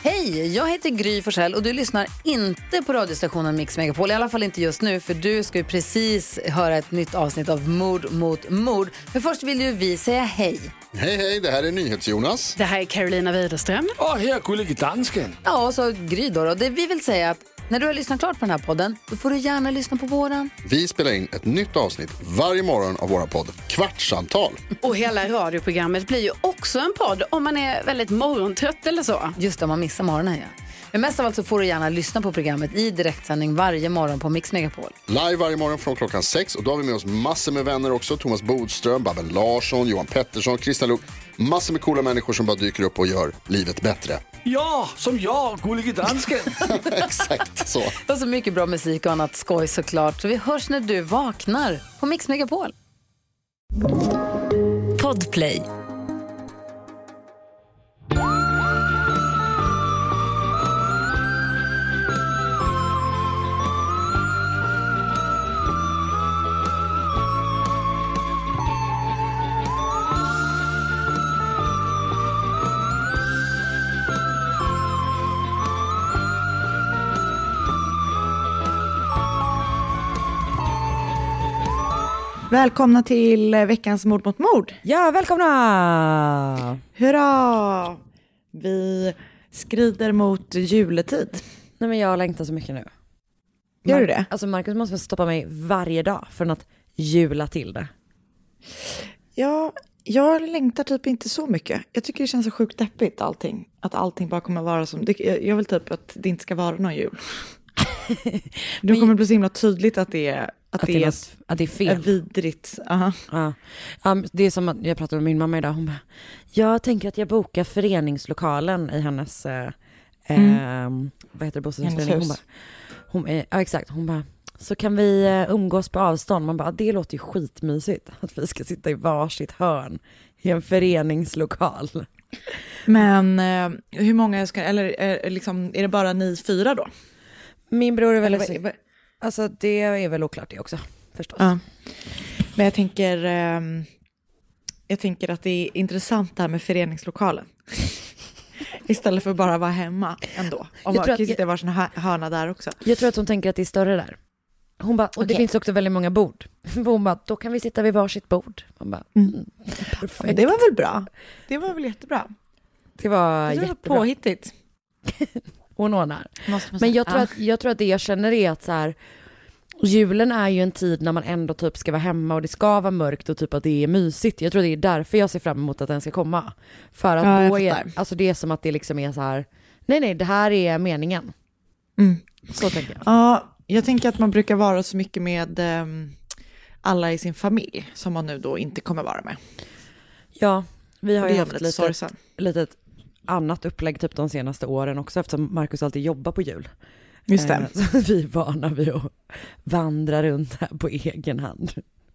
Hej, jag heter Gry Forssell och du lyssnar inte på radiostationen Mix Megapol. I alla fall inte just nu, för du ska ju precis höra ett nytt avsnitt av Mord mot mord. Men först vill ju vi säga hej. Hej, det här är NyhetsJonas. Det här är Carolina Widerström. Och här är Gullige Dansken. Ja, och så Gry då. Och det vi vill säga att när du har lyssnat klart på den här podden, då får du gärna lyssna på våran. Vi spelar in ett nytt avsnitt varje morgon av våra podd Kvartsamtal. Och hela radioprogrammet blir ju också en podd om man är väldigt morgontrött eller så. Just det, om man missar morgonen, ja. Men mest av allt så får du gärna lyssna på programmet i direktsändning varje morgon på Mix Megapol. Live varje morgon från klockan 6. Och då har vi med oss massor med vänner också. Thomas Bodström, Babben Larsson, Johan Pettersson, Krista Luuk. Massor med coola människor som bara dyker upp och gör livet bättre. Ja, som jag, Gullige Dansken. Exakt så. Och så mycket bra musik och annat skoj såklart. Så vi hörs när du vaknar på Mix Megapol. Podplay. Välkomna till veckans Mord mot mord. Ja, välkomna! Hurra! Vi skrider mot juletid. Nej, men jag längtar så mycket nu. Gör du det? Alltså Marcus måste stoppa mig varje dag för att jula till det. Ja, jag längtar typ inte så mycket. Jag tycker det känns så sjukt deppigt allting. Att allting bara kommer vara som... Jag vill typ att det inte ska vara någon jul. Då kommer det bli så himla tydligt att det är... Att det är fel. Är vidrigt. Ja. Det är som att jag pratade med min mamma idag. Hon bara, jag tänker att jag bokar föreningslokalen i hennes vad heter det, bostadsrättsförening. Ja, exakt. Hon bara, så kan vi umgås på avstånd. Man bara, det låter ju skitmysigt att vi ska sitta i varsitt hörn i en föreningslokal. Men hur många ska, eller liksom, är det bara ni 4 då? Min bror är väl... Alltså det är väl oklart det också, förstås. Ja. Men jag tänker att det är intressant det här med föreningslokalen. Istället för att bara vara hemma ändå. Om man kan sitta var sån hörna där också. Jag tror att hon tänker att det är större där. Hon bara, och det finns också väldigt många bord. Hon bara, då kan vi sitta vid varsitt bord. Hon bara, perfekt. Men det var väl bra? Det var väl jättebra? Det var jättebra. Påhittigt. Hon ordnar. Men jag tror att det jag känner är att så här, julen är ju en tid när man ändå typ ska vara hemma och det ska vara mörkt och typ att det är mysigt. Jag tror det är därför jag ser fram emot att den ska komma. För att då är, alltså det är som att det liksom är så här, nej, det här är meningen. Så tänker jag. Ja, jag tänker att man brukar vara så mycket med alla i sin familj som man nu då inte kommer vara med. Ja, vi har ju haft lite annat upplägg typ de senaste åren också, eftersom Marcus alltid jobbar på jul. Just det. Så vi är vana vid att vandra runt här på egen hand.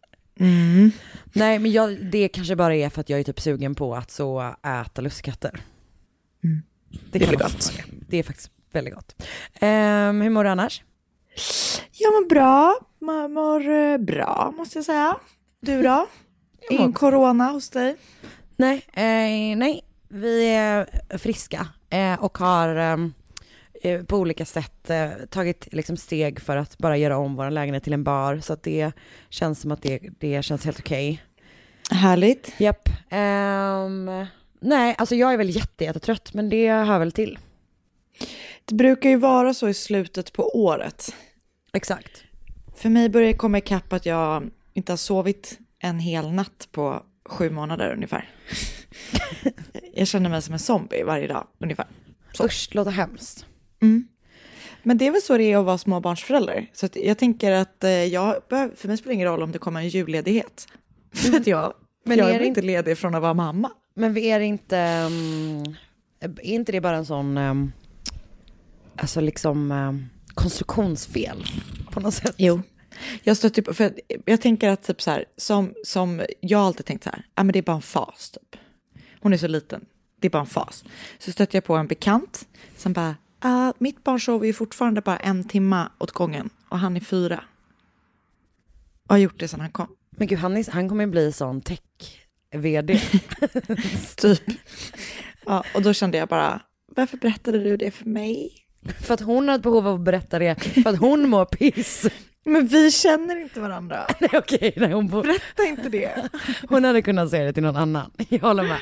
Nej, men det kanske bara är för att jag är typ sugen på att så äta lussekatter. Det är gott. Det är faktiskt väldigt gott. Hur mår du annars? Jag mår bra. Man mår bra, måste jag säga. Du då? Ingen corona hos dig? Nej. Vi är friska och har på olika sätt tagit liksom steg för att bara göra om vår lägenhet till en bar. Så att det känns som att det känns helt okej. Härligt. Japp. Nej, alltså jag är väl jättetrött, men det hör väl till. Det brukar ju vara så i slutet på året. Exakt. För mig börjar det komma ikapp att jag inte har sovit en hel natt på 7 månader ungefär. Jag känner mig som en zombie varje dag ungefär. Usch, det låter hemskt. Men det är väl så det är att vara småbarnsförälder. Så att jag tänker att för mig spelar det ingen roll om det kommer en julledighet. För att jag är inte ledig från att vara mamma. Men vi är inte det bara en sån alltså liksom konstruktionsfel på något sätt? Jo. Jag stöter på, för jag tänker att typ så här, som jag alltid tänkt så här, men det är bara en fas typ. Hon är så liten, det är bara en fas. Så stötte jag på en bekant som bara, mitt barn sover ju fortfarande bara 1 timme åt gången och han är 4. Och har gjort det sedan han kom. Men gud, han kommer bli sån tech-vd. Typ. Ja, och då kände jag bara, Varför berättade du det för mig? För att hon har ett behov av att berätta det, för att hon mår piss. Men vi känner inte varandra. Nej, okej, nej, Berätta inte det. Hon hade kunnat säga det till någon annan. Jag håller med.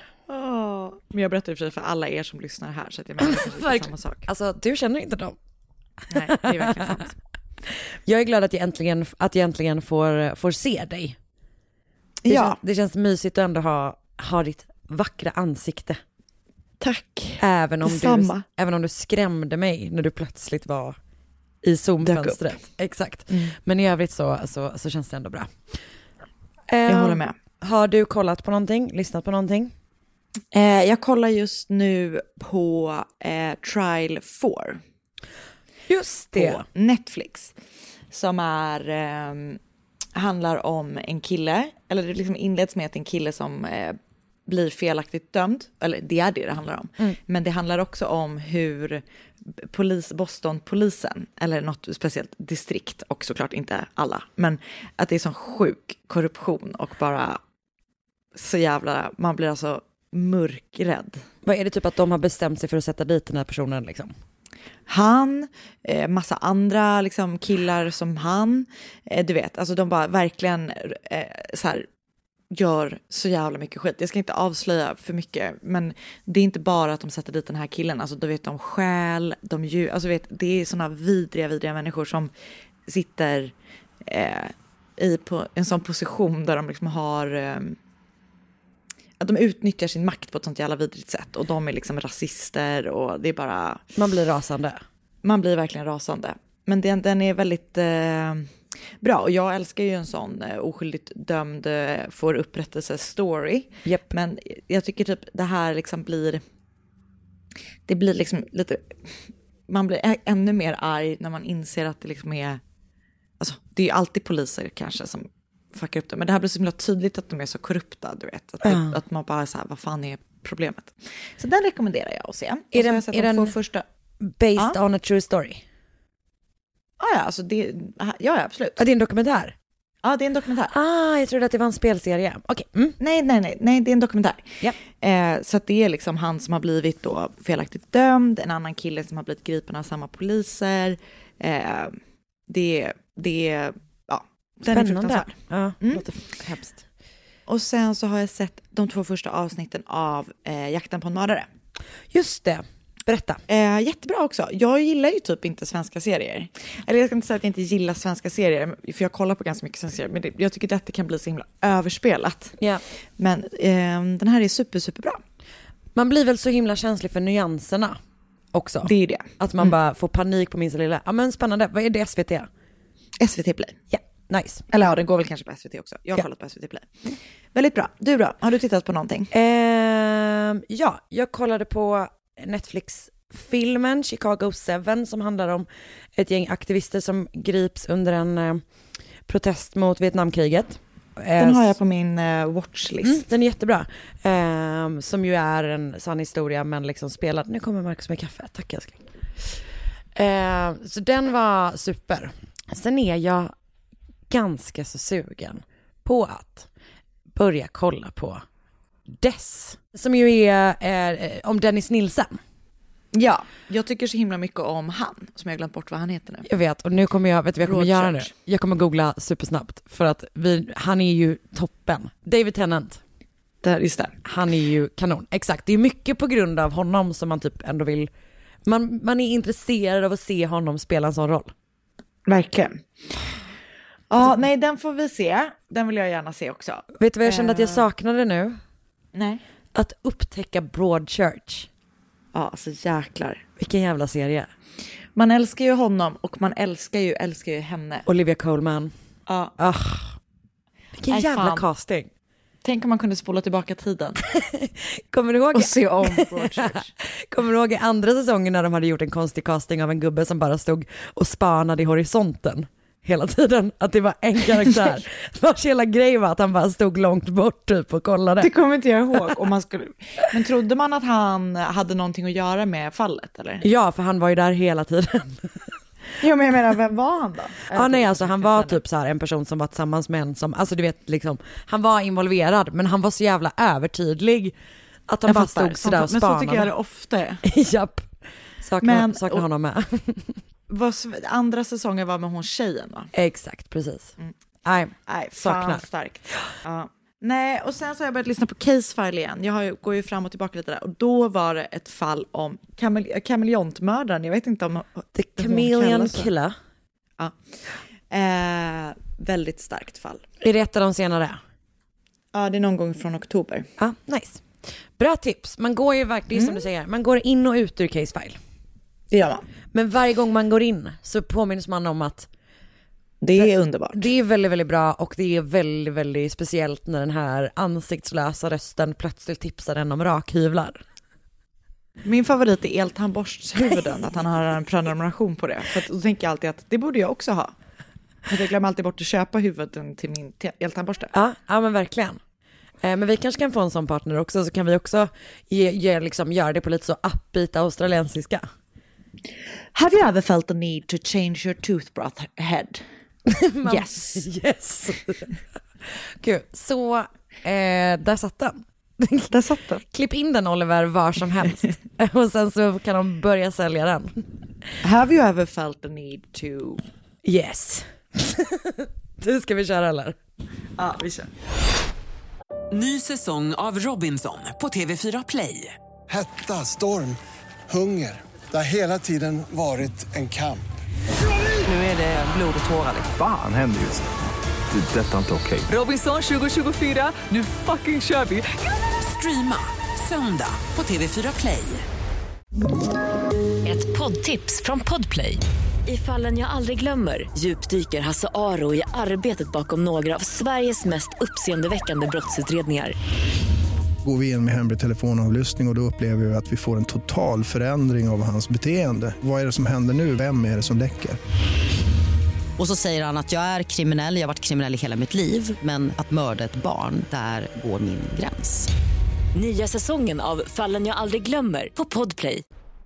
Men jag berättar för alla er som lyssnar här, så att jag menar det är samma sak. Alltså, du känner inte dem. Nej, det är verkligen sant. Jag är glad att jag äntligen får se dig. Det känns mysigt att ändå ha ditt vackra ansikte. Tack. Även om du skrämde mig när du plötsligt var i Zoom-fönstret. Exakt. Men i övrigt så känns det ändå bra. Jag håller med. Har du kollat på någonting? Lyssnat på någonting? Jag kollar just nu på Trial 4. Just det. På Netflix. Som handlar om en kille. Eller det liksom inleds med att en kille som blir felaktigt dömd. Eller det är det handlar om. Men det handlar också om hur Boston-polisen, eller något speciellt distrikt, och såklart inte alla, men att det är sån sjuk korruption och bara så jävla, man blir alltså mörkrädd. Vad är det, typ att de har bestämt sig för att sätta dit den här personen liksom? Han, massa andra liksom killar som han, du vet, alltså de bara verkligen så här gör så jävla mycket skit. Jag ska inte avslöja för mycket, men det är inte bara att de sätter dit den här killen, alltså du vet, de stjäl, alltså vet, det är såna vidriga människor som sitter på en sån position där de liksom har att de utnyttjar sin makt på ett sånt jävla vidrigt sätt, och de är liksom rasister, och det är bara... Man blir verkligen rasande. Men den är väldigt bra, och jag älskar ju en sån oskyldigt dömd får upprättelse story. Yep. Men jag tycker typ det här liksom det blir liksom lite, man blir ännu mer arg när man inser att det liksom är, alltså det är ju alltid poliser kanske som fuckar upp det, men det här blir så himla tydligt att de är så korrupta, du vet, att man bara så här, vad fan är problemet? Så den rekommenderar jag att se. Är den första based on a true story? Ja, alltså ja, absolut. Ja, det är en dokumentär? Ja, det är en dokumentär. Jag trodde att det var en spelserie. Okej. Nej, det är en dokumentär. Yep. Så att det är liksom han som har blivit då felaktigt dömd, en annan kille som har blivit gripen av samma poliser. Den är fruktansvärd. Ja, låter hemskt. Och sen så har jag sett de 2 första avsnitten av Jakten på en mördare. Just det. Berätta. Jättebra också. Jag gillar ju typ inte svenska serier. Eller jag ska inte säga att jag inte gillar svenska serier, för jag kollar på ganska mycket svenska serier, men jag tycker att detta kan bli så himla överspelat. Yeah. Men den här är superbra. Man blir väl så himla känslig för nyanserna också. Det är det. Att man bara får panik på minsta lilla. Ja, men spännande. Vad är det, SVT? SVT Play. Ja, nice. Eller ja, den går väl kanske på SVT också. Jag har kollat på SVT Play. Väldigt bra. Du då? Har du tittat på någonting? Ja, jag kollade på Netflix-filmen Chicago 7 som handlar om ett gäng aktivister som grips under en protest mot Vietnamkriget. Den har jag på min watchlist. Den är jättebra. Som ju är en sann historia, men liksom spelad. Nu kommer Marcus med kaffe. Tack älskling. Så den var super. Sen är jag ganska så sugen på att börja kolla på Dess, som ju är om Dennis Nilsen. Ja, jag tycker så himla mycket om han, som jag har glömt bort vad han heter nu. Jag vet, och nu kommer jag, vet du vad jag kommer göra nu? Jag kommer googla supersnabbt, för att han är ju toppen. David Tennant. Just det. Han är ju kanon, exakt. Det är mycket på grund av honom som man typ ändå vill, man är intresserad av att se honom spela en sån roll. Verkligen. Ja, nej, den får vi se. Den vill jag gärna se också. Vet du vad jag kände att jag saknade nu? Nej. Att upptäcka Broadchurch. Ja, alltså jäklar. Vilken jävla serie. Man älskar ju honom, och man älskar ju henne. Olivia Colman. Ja. Vilken jävla casting. Tänk om man kunde spola tillbaka tiden. Kommer du ihåg? Och se om Broadchurch. Kommer du ihåg i andra säsongen när de hade gjort en konstig casting av en gubbe som bara stod och spanade i horisonten hela tiden? Att det var en karaktär. Vars hela grej var att han bara stod långt bort typ och kollade. Det kommer inte jag ihåg. Men trodde man att han hade någonting att göra med fallet, eller? Ja, för han var ju där hela tiden. Ja, men jag menar, vem var han då? Nej, alltså han var typ så här en person som var tillsammans med en som, alltså du vet liksom, han var involverad, men han var så jävla övertydlig Att han bara stod sådär och spanade. Men så tycker jag det ofta är. Japp. Saknar honom med. Andra säsongen var med hon tjejen, va? Exakt, precis. Nej, saknar. Starkt. Ja. Nej, och sen så har jag börjat lyssna på Case File igen. Går ju fram och tillbaka lite där. Och då var det ett fall om kameleontmördaren. Jag vet inte om... The Chameleon Killer. Ja. Väldigt starkt fall. Är det ett av de senare? Ja, det är någon gång från oktober. Ja, nice. Bra tips. Man går ju verkligen som du säger. Man går in och ut ur Case File. Det gör man. Men varje gång man går in så påminns man om att det är underbart. Det är väldigt, väldigt bra och det är väldigt, väldigt speciellt när den här ansiktslösa rösten plötsligt tipsar en om rakhyvlar. Min favorit är eltandborsthuvuden, att han har en prenumeration på det. För då tänker jag alltid att det borde jag också ha. Jag glömmer alltid bort att köpa huvuden till min eltandborste. Ja, men verkligen. Men vi kanske kan få en sån partner också, så kan vi också göra det på lite så upbeat australiensiska. Have you ever felt the need to change your toothbrush head? Yes. Gud, så där satt den. Där satt den. Klipp in den, Oliver, var som helst. Och sen så kan de börja sälja den. Have you ever felt the need to... Yes. Du, ska vi köra eller? Ja, vi kör. Ny säsong av Robinson på TV4 Play. Hetta, storm, hunger. Det har hela tiden varit en kamp. Nu är det blod och tårar. Fan händer just det. Detta är inte okej. Robinson 2024, nu fucking kör vi. Streama söndag på TV4 Play. Ett poddtips från Podplay. I Fallen jag aldrig glömmer djupdyker Hasse Aro i arbetet bakom några av Sveriges mest uppseendeväckande brottsutredningar. Går vi in med hemlig telefonavlyssning och då upplever vi att vi får en total förändring av hans beteende. Vad är det som händer nu? Vem är det som läcker? Och så säger han att jag är kriminell, jag har varit kriminell i hela mitt liv. Men att mörda ett barn, där går min gräns. Nya säsongen av Fallen jag aldrig glömmer på Podplay.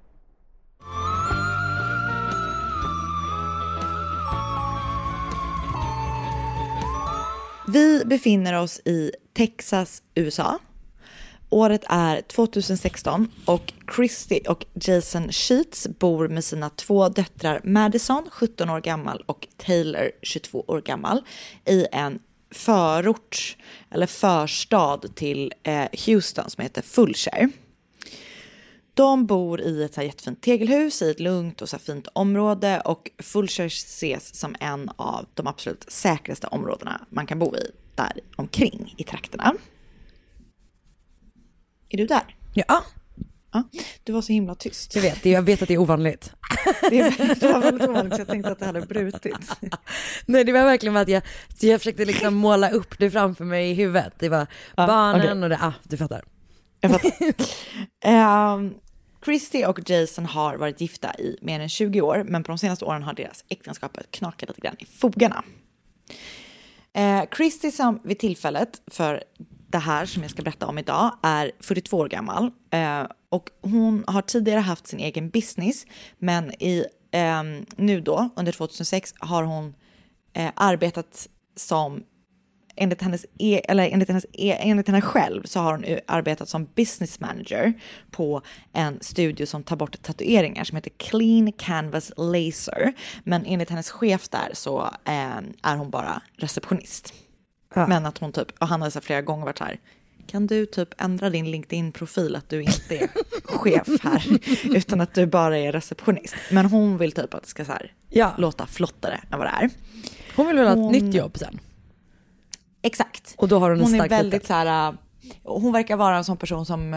Vi befinner oss i Texas, USA. Året är 2016 och Christy och Jason Sheets bor med sina 2 döttrar Madison, 17 år gammal, och Taylor, 22 år gammal, i en förort eller förstad till Houston som heter Fulshire. De bor i ett så här jättefint tegelhus i ett lugnt och så här fint område, och Fulshire ses som en av de absolut säkraste områdena man kan bo i där omkring i trakterna. Är du där? Ja. Ja, du var så himla tyst. Jag vet att det är ovanligt. Det var väldigt ovanligt, så jag tänkte att det hade brutit. Nej, det var verkligen för att jag försökte liksom måla upp det framför mig i huvudet. Det var barnen och det, du fattar. Jag fattar. Christy och Jason har varit gifta i mer än 20 år, men på de senaste åren har deras äktenskap knakat lite grann i fogarna. Christy, som vid tillfället för det här som jag ska berätta om idag, är 42 år gammal. Och hon har tidigare haft sin egen business, men nu då, under 2006, har hon arbetat som, enligt henne själv, så har hon arbetat som business manager på en studio som tar bort tatueringar som heter Clean Canvas Laser. Men enligt hennes chef där så är hon bara receptionist. Ja. Men att hon typ, och han har så flera gånger varit så här: kan du typ ändra din LinkedIn-profil att du inte är chef här utan att du bara är receptionist. Men hon vill typ att det ska så här, låta flottare än vad det är. Hon vill väl ha ett nytt jobb sen. Exakt. Och då har hon är väldigt så här, hon verkar vara en sån person som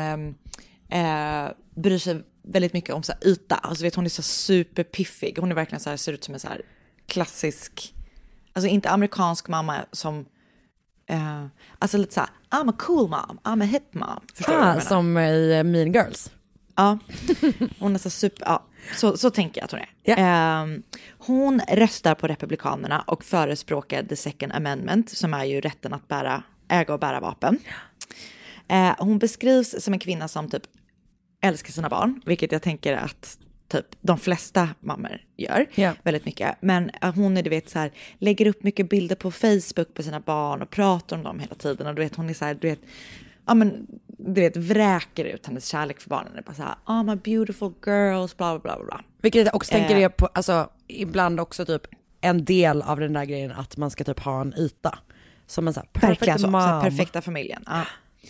bryr sig väldigt mycket om så här yta. Alltså vet, hon är så superpiffig. Hon är verkligen så här, ser ut som en så här klassisk, alltså inte amerikansk mamma som alltså lite så här, I'm a cool mom, I'm a hip mom. Förstår du? Som i Mean Girls. Ja, hon är så super, ja, så tänker jag att hon är. Yeah. Hon röstar på Republikanerna och förespråkar the second amendment, som är ju rätten att äga och bära vapen. Hon beskrivs som en kvinna som typ älskar sina barn, vilket jag tänker att typ de flesta mammor gör väldigt mycket. Men hon är, du vet, så här, lägger upp mycket bilder på Facebook på sina barn och pratar om dem hela tiden. Och du vet, hon är så här, du vet, men du vet, vräker ut hennes kärlek för barnen. Det är bara så här, oh my beautiful girls, bla bla bla bla. Vilket jag också tänker är på, alltså ibland också typ en del av den där grejen att man ska typ ha en yta. Som en så här perfekt så perfekta familjen. Ja.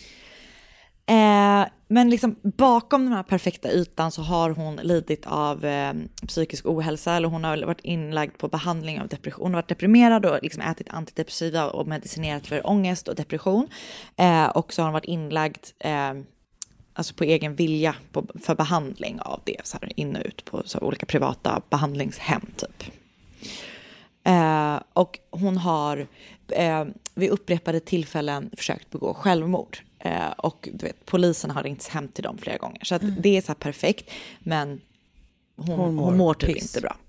Men liksom bakom den här perfekta ytan så har hon lidit av psykisk ohälsa, eller hon har varit inlagd på behandling av depression. Hon har varit deprimerad och liksom ätit antidepressiva och medicinerat för ångest och depression. Och så har hon varit inlagd alltså på egen vilja för behandling av det, så här in och ut på så olika privata behandlingshem typ. Och hon har vid upprepade tillfällen försökt begå självmord. Och du vet, polisen har ringt hem till dem flera gånger. Så att det är så här perfekt. Men hon mår typ inte bra.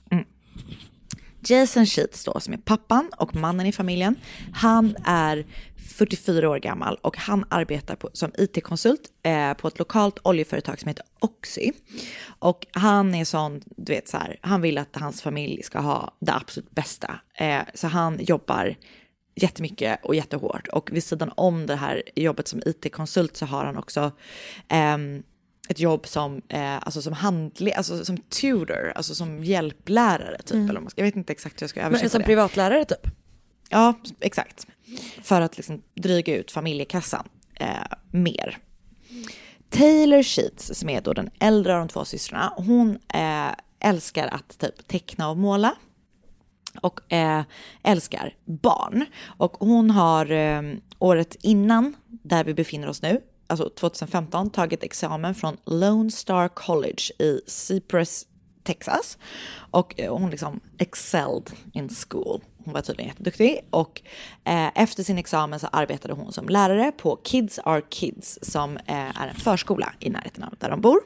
Jason Sheets då, som är pappan och mannen i familjen. Han är 44 år gammal och han arbetar som IT-konsult på ett lokalt oljeföretag som heter Oxy. Och han är sån, du vet så här, han vill att hans familj ska ha det absolut bästa. Så han jobbar jättemycket och jättehårt. Och vid sidan om det här jobbet som IT-konsult så har han också ett jobb som alltså som tutor, alltså som hjälplärare typ. Eller jag vet inte exakt hur jag ska översätta det. Men som privatlärare typ? Ja, exakt. För att liksom dryga ut familjekassan mer. Taylor Sheets, som är då den äldre av de två systrarna, hon älskar att typ teckna och måla. Och älskar barn. Och hon har året innan, där vi befinner oss nu, alltså 2015, tagit examen från Lone Star College i Cypress, Texas. Och hon liksom excelled in school. Hon var tydligen jätteduktig. Och efter sin examen så arbetade hon som lärare på Kids Are Kids, som är en förskola i närheten av där de bor.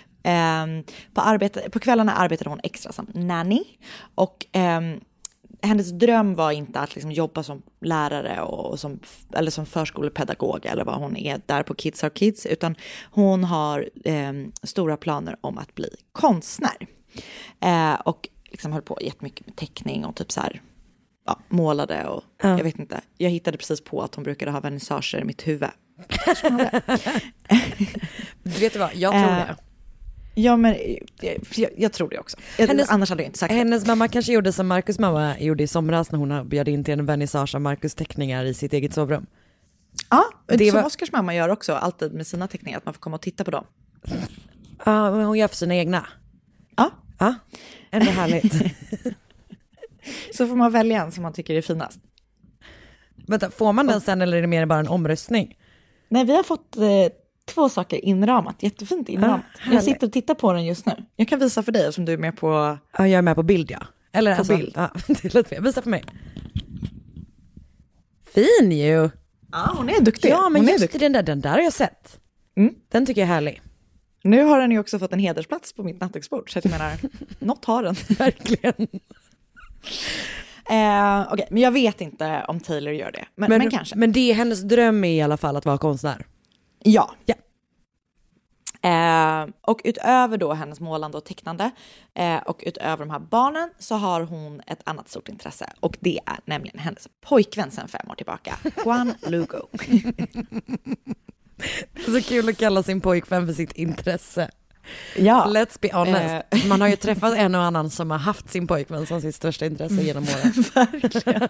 På kvällarna arbetade hon extra som nanny. Och hennes dröm var inte att liksom jobba som lärare eller som förskolepedagog eller vad hon är där på Kids Are Kids, utan hon har stora planer om att bli konstnär. Och liksom höll på jättemycket med teckning och typ så här, målade och jag vet inte. Jag hittade precis på att hon brukade ha vernissager i mitt huvud. Du vet vad, jag tror det. Ja, men jag tror det också. Annars hade jag inte sagt hennes mamma kanske gjorde som Marcus mamma gjorde i somras när hon bjöd in till en vernissage av Marcus teckningar i sitt eget sovrum. Ja, det som Oskars mamma gör också alltid med sina teckningar, att man får komma och titta på dem. Ja, men hon gör för sina egna. Ja, ändå härligt. Så får man välja en som man tycker är finast. Vänta, får man den sen eller är det mer bara en omröstning? Nej, vi har fått 2 saker inramat, jättefint inramat. Jag sitter och tittar på den just nu. Jag kan visa för dig som du är med på... Ja, jag är med på bild, ja. Eller på alltså, bild. Ja, det är lite fel. Visa för mig. Fin ju. Ja, hon är duktig. Ja, men hon just den där har jag sett. Den tycker jag är härlig. Nu har den ju också fått en hedersplats på mitt nattduksbord. Så jag menar, något har den. Verkligen. Okej, men jag vet inte om Taylor gör det. Men kanske. Men det är hennes dröm i alla fall att vara konstnär. Ja. Och utöver då hennes målande och tecknande och utöver de här barnen så har hon ett annat stort intresse. Och det är nämligen hennes pojkvän sedan 5 år tillbaka, Juan Lugo. Så kul att kalla sin pojkvän för sitt intresse. Ja. Let's be honest. Man har ju träffat en och annan som har haft sin pojkvän som sitt största intresse genom åren. Verkligen.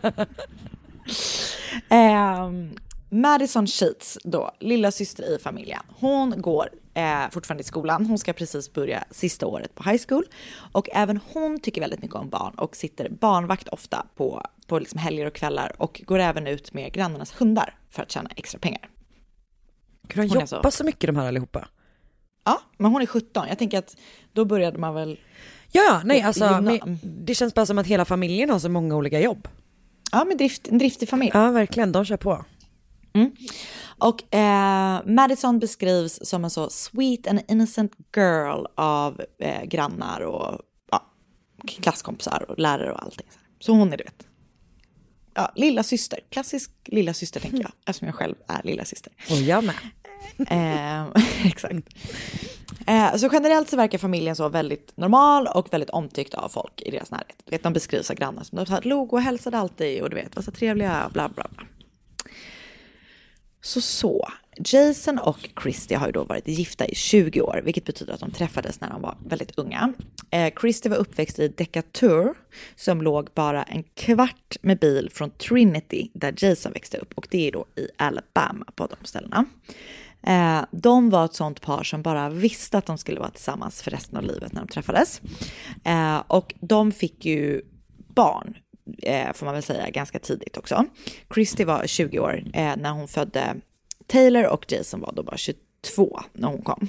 Madison Sheets då, lilla syster i familjen. Hon går fortfarande i skolan. Hon ska precis börja sista året på high school. Och även hon tycker väldigt mycket om barn och sitter barnvakt ofta på liksom helger och kvällar. Och går även ut med grannarnas hundar för att tjäna extra pengar. Kan de jobba så mycket de här allihopa? Ja, men hon är 17. Jag tänker att då började man väl... Ja, nej alltså det känns bara som att hela familjen har så många olika jobb. Ja, men en driftig familj. Ja, verkligen. De kör på. Och Madison beskrivs som en så sweet and innocent girl av grannar och klasskompisar och lärare och allting. Så hon är, du vet. Ja, lilla syster. Klassisk lilla syster tänker jag. Eftersom jag själv är lilla syster. Och jag med. Exakt. Så generellt så verkar familjen så väldigt normal och väldigt omtyckt av folk i deras närhet. Vet, de beskrivs av grannar som de låg och hälsade alltid och du vet, var så trevliga och bla bla bla. Så. Jason och Christy har ju då varit gifta i 20 år, vilket betyder att de träffades när de var väldigt unga. Christy var uppväxt i Decatur, som låg bara en kvart med bil från Trinity, där Jason växte upp. Och det är då i Alabama på de ställena. De var ett sånt par som bara visste att de skulle vara tillsammans för resten av livet när de träffades. Och de fick ju barn, får man väl säga, ganska tidigt också. Christy var 20 år när hon födde Taylor och Jason var då bara 22 när hon kom.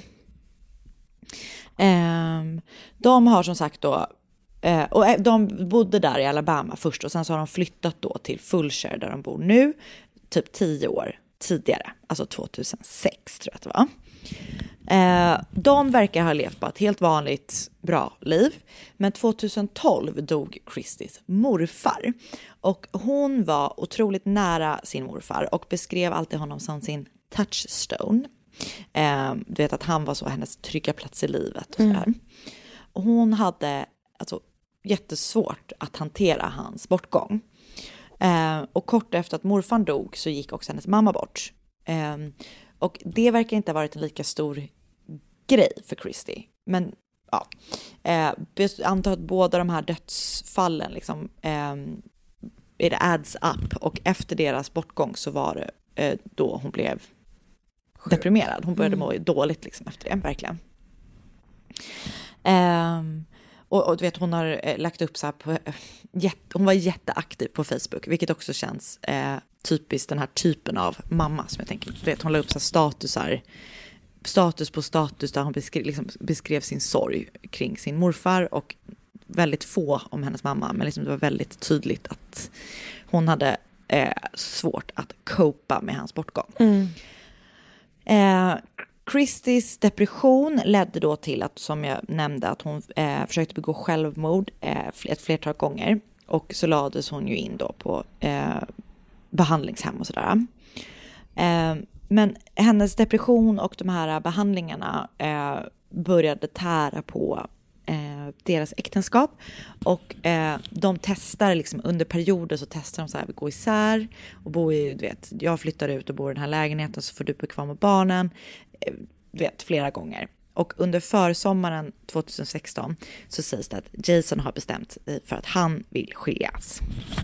De har som sagt då, och de bodde där i Alabama först och sen så har de flyttat då till Fulshire där de bor nu, typ 10 år tidigare, alltså 2006 tror jag att det var. De verkar ha levt på ett helt vanligt bra liv, men 2012 dog Christys morfar och hon var otroligt nära sin morfar och beskrev alltid honom som sin touchstone. Du vet att han var så hennes trygga plats i livet och sådär. Och hon hade alltså jättesvårt att hantera hans bortgång. Och kort efter att morfar dog så gick också hennes mamma bort. Och det verkar inte ha varit en lika stor grej för Christy. Men ja, jag antar att båda de här dödsfallen liksom, it adds up. Och efter deras bortgång så var det då hon blev deprimerad. Hon började må dåligt liksom efter det, verkligen. Och du vet, hon har lagt upp så här på, hon var jätteaktiv på Facebook, vilket också känns typiskt den här typen av mamma som jag tänker. Du vet, hon la upp så här status på status där hon beskrev sin sorg kring sin morfar och väldigt få om hennes mamma, men liksom det var väldigt tydligt att hon hade svårt att copa med hans bortgång. Christys depression ledde då till att, som jag nämnde, att hon försökte begå självmord ett flertal gånger. Och så lades hon ju in då på behandlingshem och sådär. Men hennes depression och de här behandlingarna började tära på deras äktenskap. Och de testar liksom, under perioder så testar de så här, vi går isär och bo i, du vet, jag flyttar ut och bor i den här lägenheten så får du bo kvar med barnen, du vet, flera gånger. Och under försommaren 2016 så sägs det att Jason har bestämt för att han vill skiljas.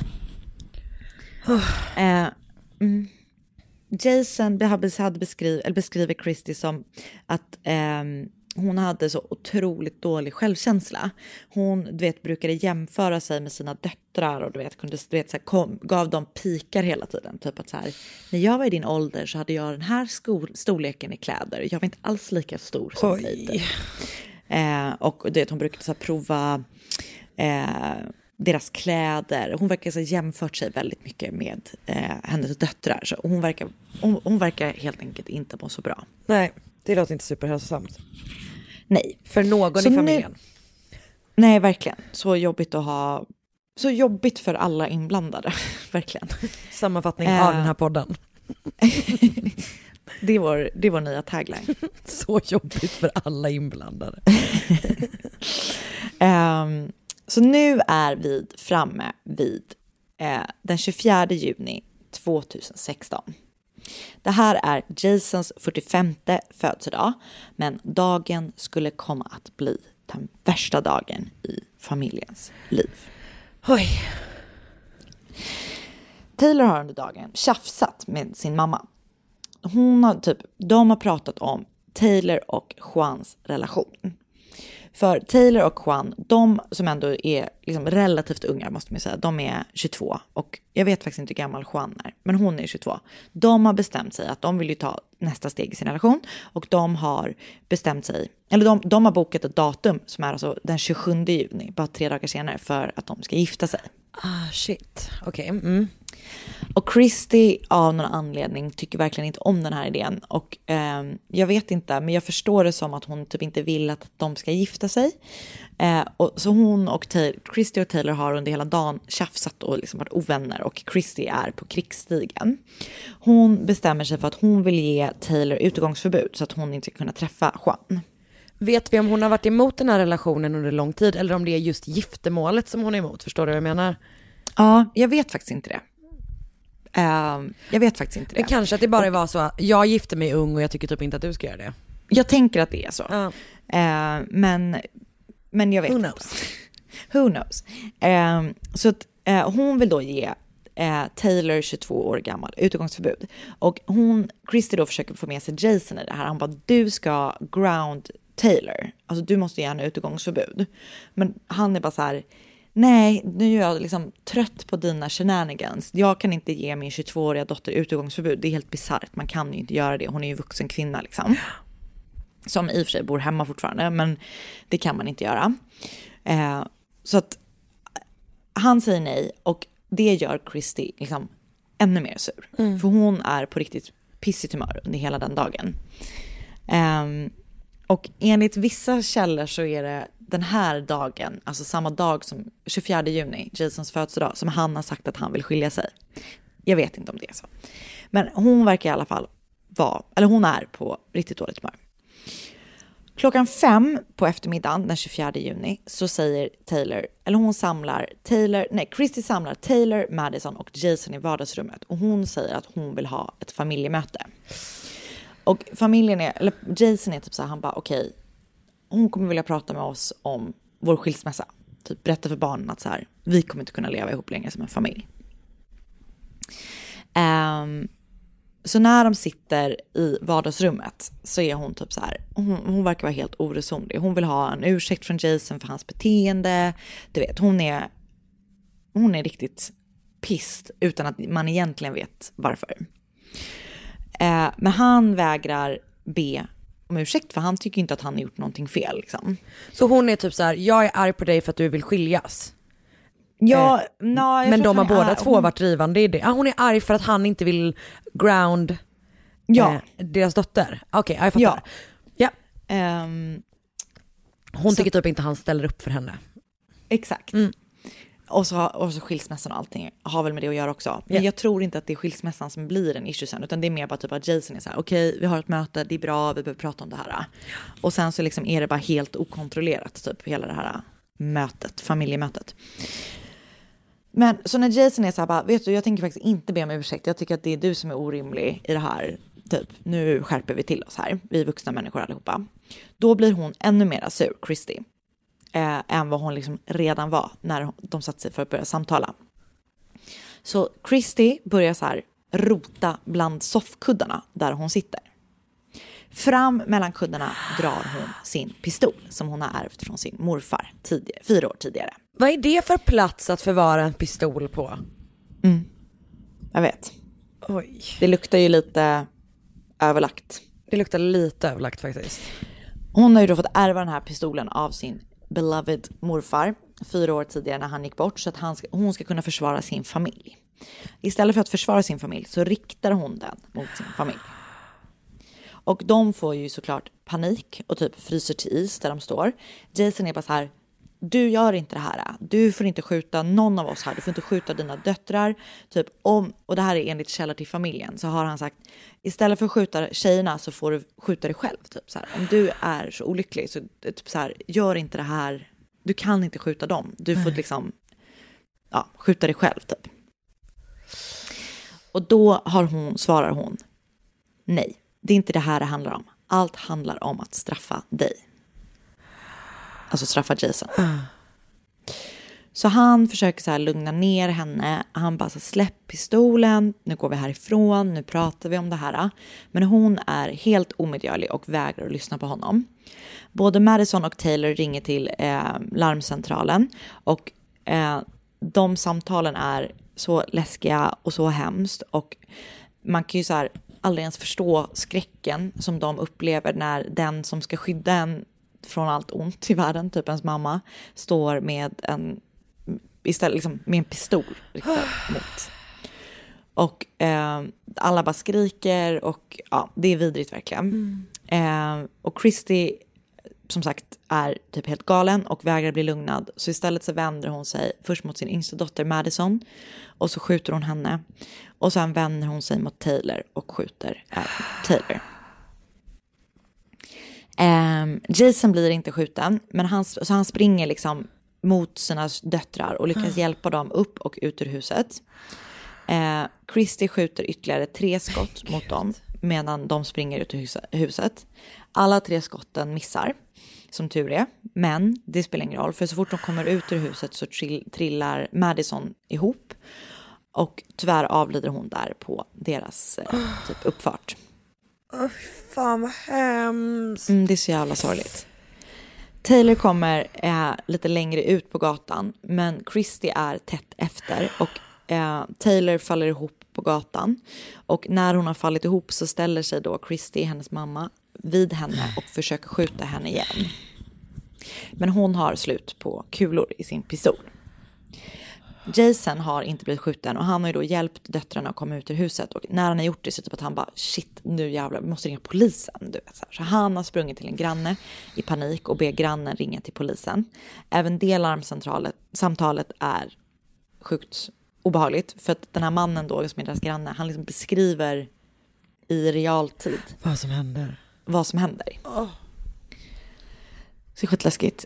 Jason beskriver Christy som att hon hade så otroligt dålig självkänsla. Hon, du vet, brukade jämföra sig med sina döttrar och du vet, kunde, du vet, så här, gav dem pikar hela tiden. Typ att så här, när jag var i din ålder så hade jag den här storleken i kläder. Jag var inte alls lika stor som dig. Och du vet, hon brukade så här, prova deras kläder. Hon verkar så jämfört sig väldigt mycket med hennes döttrar. Så hon verkar helt enkelt inte må så bra. Nej, det låter inte superhälsosamt. Nej. För någon så i familjen. Nej, verkligen. Så jobbigt att ha. Så jobbigt för alla inblandade. Verkligen. Sammanfattning av den här podden. Det är vår nya tagline. Så jobbigt för alla inblandade. Så nu är vi framme vid den 24 juni 2016. Det här är Jasons 45:e födelsedag, men dagen skulle komma att bli den värsta dagen i familjens liv. Oj. Taylor har under dagen tjafsat med sin mamma. De har pratat om Taylor och Juans relation. För Taylor och Juan, de som ändå är liksom relativt unga måste man säga, de är 22 och jag vet faktiskt inte hur gammal Juan är, men hon är 22. De har bestämt sig att de vill ju ta nästa steg i sin relation och de har bestämt sig, eller de har bokat ett datum som är alltså den 27 juni, bara 3 dagar senare, för att de ska gifta sig. Shit, okej. Okay. Och Christy av någon anledning tycker verkligen inte om den här idén. Och jag vet inte, men jag förstår det som att hon typ inte vill att de ska gifta sig. Och så hon och Christy och Taylor har under hela dagen tjafsat och liksom varit ovänner. Och Christy är på krigsstigen. Hon bestämmer sig för att hon vill ge Taylor utgångsförbud så att hon inte ska kunna träffa Juan. Vet vi om hon har varit emot den här relationen under lång tid eller om det är just giftermålet som hon är emot? Förstår du vad jag menar? Ja, jag vet faktiskt inte det. Jag vet faktiskt inte det. Men kanske att det bara var så, jag gifte mig ung och jag tycker typ inte att du ska göra det. Jag tänker att det är så. Men jag vet Who inte. knows? Who knows? Så att hon vill då ge Taylor, 22 år gammal, utegångsförbud. Och Christy då försöker få med sig Jason i det här. Han bara, du ska ground Taylor. Alltså du måste ge henne utegångsförbud. Men han är bara så här, nej, nu är jag liksom trött på dina shenanigans. Jag kan inte ge min 22-åriga dotter utegångsförbud. Det är helt bisarrt. Man kan ju inte göra det. Hon är ju vuxen kvinna liksom. Som i och för sig bor hemma fortfarande. Men det kan man inte göra. Så att han säger nej. Och det gör Christy liksom ännu mer sur. För hon är på riktigt pissigt humör under hela den dagen. Och enligt vissa källor så är det den här dagen, alltså samma dag som 24 juni, Jasons födelsedag, som han har sagt att han vill skilja sig. Jag vet inte om det är så. Men hon verkar i alla fall hon är på riktigt dåligt humör. 5:00 på eftermiddagen den 24 juni så säger Christy samlar Taylor, Madison och Jason i vardagsrummet. Och hon säger att hon vill ha ett familjemöte. Och Jason är typ så här, han bara okej, hon kommer vilja prata med oss om vår skilsmässa. Typ berätta för barnen att så här, vi kommer inte kunna leva ihop längre som en familj. Så när de sitter i vardagsrummet så är hon typ så här, hon verkar vara helt oresonlig. Hon vill ha en ursäkt från Jason för hans beteende. Du vet, hon är riktigt pissed utan att man egentligen vet varför. Men han vägrar be om ursäkt för han tycker inte att han har gjort någonting fel liksom. Så hon är typ så här, jag är arg på dig för att du vill skiljas. Ja, men de har båda två varit drivande i det. Hon är arg för att han inte vill ground deras dotter. Okej, jag fattar. Ja. Hon tycker typ inte han ställer upp för henne. Exakt. Och så skilsmässan och allting har väl med det att göra också. Men jag tror inte att det är skilsmässan som blir en issue sen. Utan det är mer bara typ att Jason är så här, okej, vi har ett möte, det är bra, vi behöver prata om det här. Och sen så liksom är det bara helt okontrollerat typ hela det här mötet, familjemötet. Men så när Jason är så här bara, vet du, jag tänker faktiskt inte be om ursäkt. Jag tycker att det är du som är orimlig i det här. Typ, nu skärper vi till oss här. Vi är vuxna människor allihopa. Då blir hon ännu mer sur, Christy. Än vad hon liksom redan var när de satt sig för att börja samtala. Så Christy börjar så här rota bland soffkuddarna där hon sitter. Fram mellan kuddarna drar hon sin pistol som hon har ärvt från sin morfar 4 år tidigare. Vad är det för plats att förvara en pistol på? Jag vet. Oj. Det luktar ju lite överlagt. Det luktar lite överlagt faktiskt. Hon har ju då fått ärva den här pistolen av sin beloved morfar 4 år tidigare när han gick bort så att hon ska kunna försvara sin familj. Istället för att försvara sin familj så riktar hon den mot sin familj. Och de får ju såklart panik och typ fryser till is där de står. Jason är bara så här, du gör inte det här. Du får inte skjuta någon av oss här. Du får inte skjuta dina döttrar. Typ och det här är enligt källor till familjen. Så har han sagt, istället för att skjuta tjejerna så får du skjuta dig själv. Typ så här. Om du är så olycklig så typ så här, gör inte det här. Du kan inte skjuta dem. Du får liksom skjuta dig själv typ. Och då svarar hon, nej. Det är inte det här det handlar om. Allt handlar om att straffa dig. Alltså straffa Jason. Så han försöker så här lugna ner henne. Han bara så släpp pistolen. Nu går vi härifrån. Nu pratar vi om det här. Men hon är helt omedgörlig och vägrar att lyssna på honom. Både Madison och Taylor ringer till larmcentralen. Och de samtalen är så läskiga och så hemskt. Och man kan ju så här aldrig ens förstå skräcken som de upplever när den som ska skydda en från allt ont i världen, typ ens mamma, står med en pistol riktad mot. Och alla bara skriker och det är vidrigt verkligen. Och Christy som sagt är typ helt galen och vägrar bli lugnad. Så istället så vänder hon sig först mot sin yngsta dotter Madison och så skjuter hon henne. Och sen vänder hon sig mot Taylor och skjuter Taylor. Jason blir inte skjuten, men han springer liksom mot sina döttrar och lyckas hjälpa dem upp och ut ur huset. Christy skjuter ytterligare 3 skott mot dem medan de springer ut ur huset. Alla 3 skotten missar, som tur är. Men det spelar ingen roll, för så fort de kommer ut ur huset så trillar Madison ihop. Och tyvärr avlider hon där på deras typ uppfart. Fan vad hemskt. Det är så jävla sorgligt. Taylor kommer lite längre ut på gatan, men Christy är tätt efter och Taylor faller ihop på gatan. Och när hon har fallit ihop så ställer sig då Christy, hennes mamma, vid henne och försöker skjuta henne igen. Men hon har slut på kulor i sin pistol. Jason har inte blivit skjuten och han har ju då hjälpt döttrarna att komma ut ur huset. Och när han har gjort det så typ att han bara, shit, nu jävlar, vi måste ringa polisen. Du vet, så han har sprungit till en granne i panik och ber grannen ringa till polisen. Även det larmsamtalet är sjukt obehagligt. För att den här mannen då, som är deras granne, han liksom beskriver i realtid vad som händer. Så skitläskigt.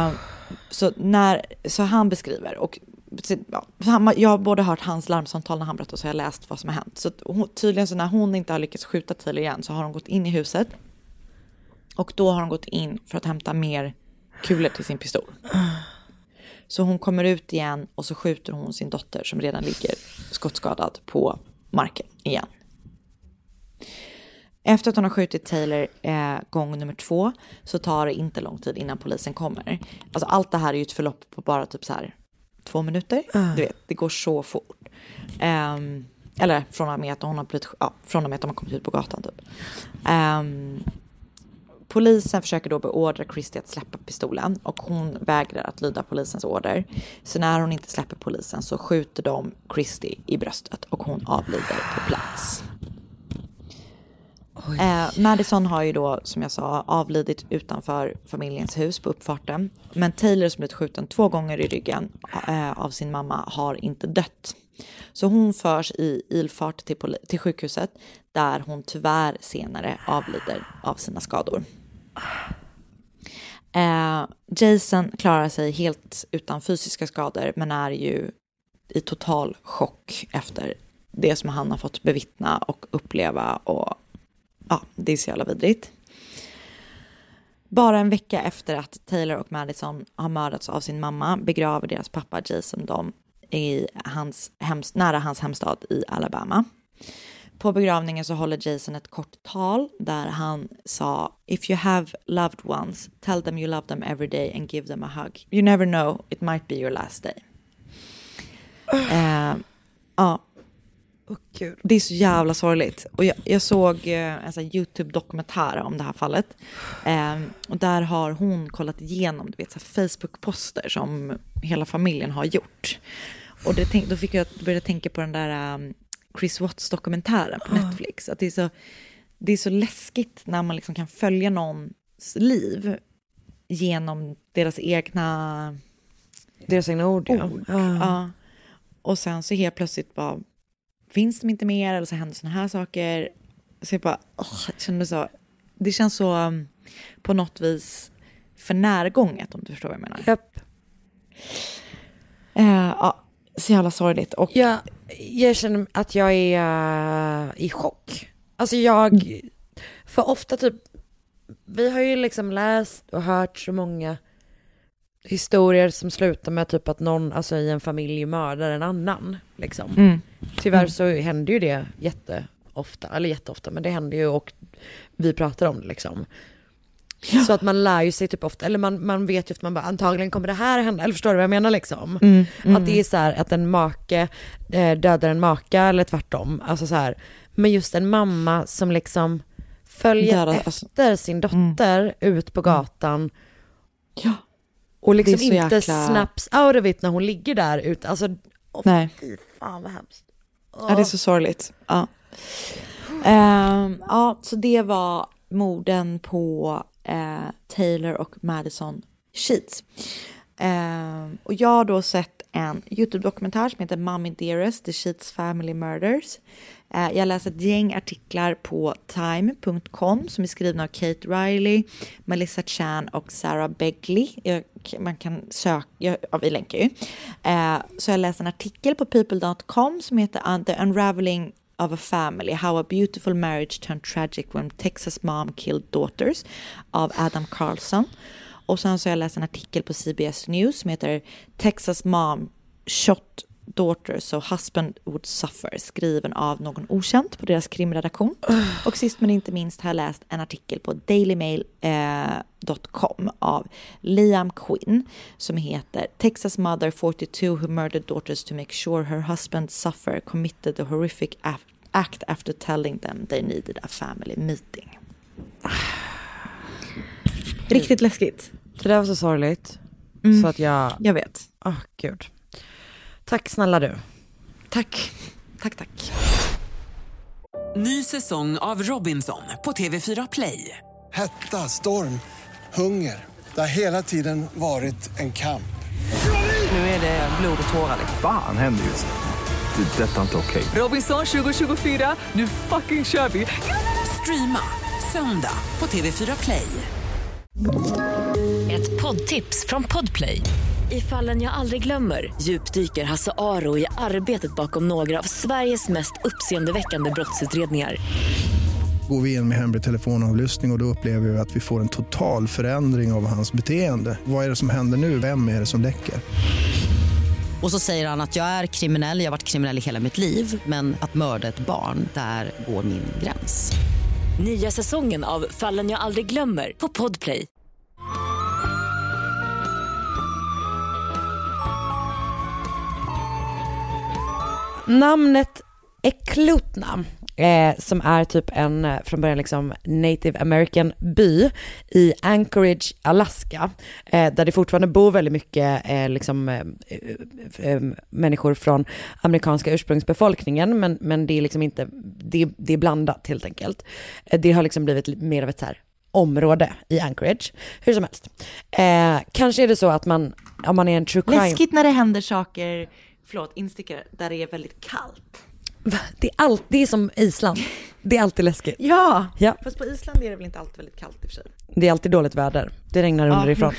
Så han beskriver och jag har både hört hans larmsamtal när han berättar och så har jag läst vad som har hänt. Så tydligen så när hon inte har lyckats skjuta Taylor igen så har hon gått in i huset. Och då har hon gått in för att hämta mer kulor till sin pistol. Så hon kommer ut igen och så skjuter hon sin dotter som redan ligger skottskadad på marken igen. Efter att hon har skjutit Taylor gång nummer 2 så tar det inte lång tid innan polisen kommer. Alltså allt det här är ju ett förlopp på bara typ så här 2 minuter. Du vet, det går så fort. Eller från och med att hon har kommit ut på gatan typ. Polisen försöker då beordra Christy att släppa pistolen och hon vägrar att lyda polisens order. Så när hon inte släpper polisen så skjuter de Christy i bröstet och hon avlider på plats. Madison har ju då, som jag sa, avlidit utanför familjens hus på uppfarten. Men Taylor, som blivit skjuten 2 gånger i ryggen av sin mamma, har inte dött. Så hon förs i ilfart till sjukhuset där hon tyvärr senare avlider av sina skador. Jason klarar sig helt utan fysiska skador men är ju i total chock efter det som han har fått bevittna och uppleva och det är så jävla vidrigt. Bara en vecka efter att Taylor och Madison har mördats av sin mamma begraver deras pappa Jason dem nära hans hemstad i Alabama. På begravningen så håller Jason ett kort tal där han sa: "If you have loved ones, tell them you love them every day and give them a hug. You never know, it might be your last day." Det är så jävla sorgligt. Och jag såg en sån YouTube-dokumentär om det här fallet. Och där har hon kollat igenom, du vet, så Facebook-poster som hela familjen har gjort. Och då fick jag börja tänka på den där Chris Watts-dokumentären på Netflix. Att det är så läskigt när man liksom kan följa någons liv genom deras egna ord. Ja. Och sen så helt plötsligt bara finns de inte mer eller så händer såna här saker. Så jag bara det känns så på något vis för närgånget, om du förstår vad jag menar. Japp. Så jävla sorgligt. Och jag känner att jag är i chock. Alltså för ofta typ, vi har ju liksom läst och hört så många historier som slutar med typ att någon i en familj mördar en annan liksom. Tyvärr så händer ju det jätteofta, men det händer ju och vi pratar om det liksom. Så att man lär ju sig typ ofta, eller man vet ju att man bara, antagligen kommer det här hända, eller förstår du vad jag menar liksom? Att det är så här att en make dödar en maka eller tvärtom, alltså så här. Men just en mamma som liksom följer efter sin dotter ut på gatan. Och liksom inte snaps out of it när hon ligger där ute. Alltså, nej. Fan vad hemskt. Ja, det är så sorgligt. Så det var morden på Taylor och Madison Sheets. Och jag har då sett en YouTube-dokumentär som heter Mommy Dearest, The Sheets Family Murders. Jag läste ett gäng artiklar på time.com som är skrivna av Kate Riley, Melissa Chan och Sarah Begley. Jag länk. Man kan söka, vi länkar ju. Så jag läste en artikel på people.com som heter The Unraveling of a Family, How a Beautiful Marriage Turned Tragic When Texas Mom Killed Daughters av Adam Carlson. Och sen så har jag läst en artikel på CBS News som heter Texas Mom Shot Daughters so Husband Would Suffer, skriven av någon okänd på deras krimredaktion. Och sist men inte minst har jag läst en artikel på dailymail.com av Liam Quinn som heter Texas Mother 42 Who Murdered Daughters to Make Sure Her Husband Suffer Committed a Horrific Act After Telling Them They Needed a Family Meeting. Riktigt läskigt. Det där var så sorgligt. Så att jag vet. Gud. Tack snälla du. Tack. Ny säsong av Robinson på TV4 Play. Hetta, storm, hunger. Det har hela tiden varit en kamp. Nu är det blod och tårar. Fan händer just det. Det är detta inte okej. Robinson 2024, nu fucking kör vi. Streama söndag på TV4 Play. Ett poddtips från Podplay. I Fallen jag aldrig glömmer djupdyker Hasse Aro i arbetet bakom några av Sveriges mest uppseendeväckande brottsutredningar. Går vi in med hemlig telefonavlyssning och då upplever vi att vi får en total förändring av hans beteende. Vad är det som händer nu? Vem är det som läcker? Och så säger han att jag är kriminell, jag har varit kriminell i hela mitt liv. Men att mörda ett barn, där går min gräns. Nya säsongen av Fallen jag aldrig glömmer på Podplay. Namnet Eklutna, som är typ en från början liksom Native American by i Anchorage, Alaska, där det fortfarande bor väldigt mycket människor från amerikanska ursprungsbefolkningen, men det är liksom inte, det är blandat helt enkelt. Det har liksom blivit mer av ett så här område i Anchorage, hur som helst. Kanske är det så att om man är en true crime... Läskigt när det händer saker, instickare, där det är väldigt kallt. Det är som Island. Det är alltid läskigt. Ja, fast på Island är det väl inte alltid väldigt kallt i och för sig. Det är alltid dåligt väder. Det regnar underifrån.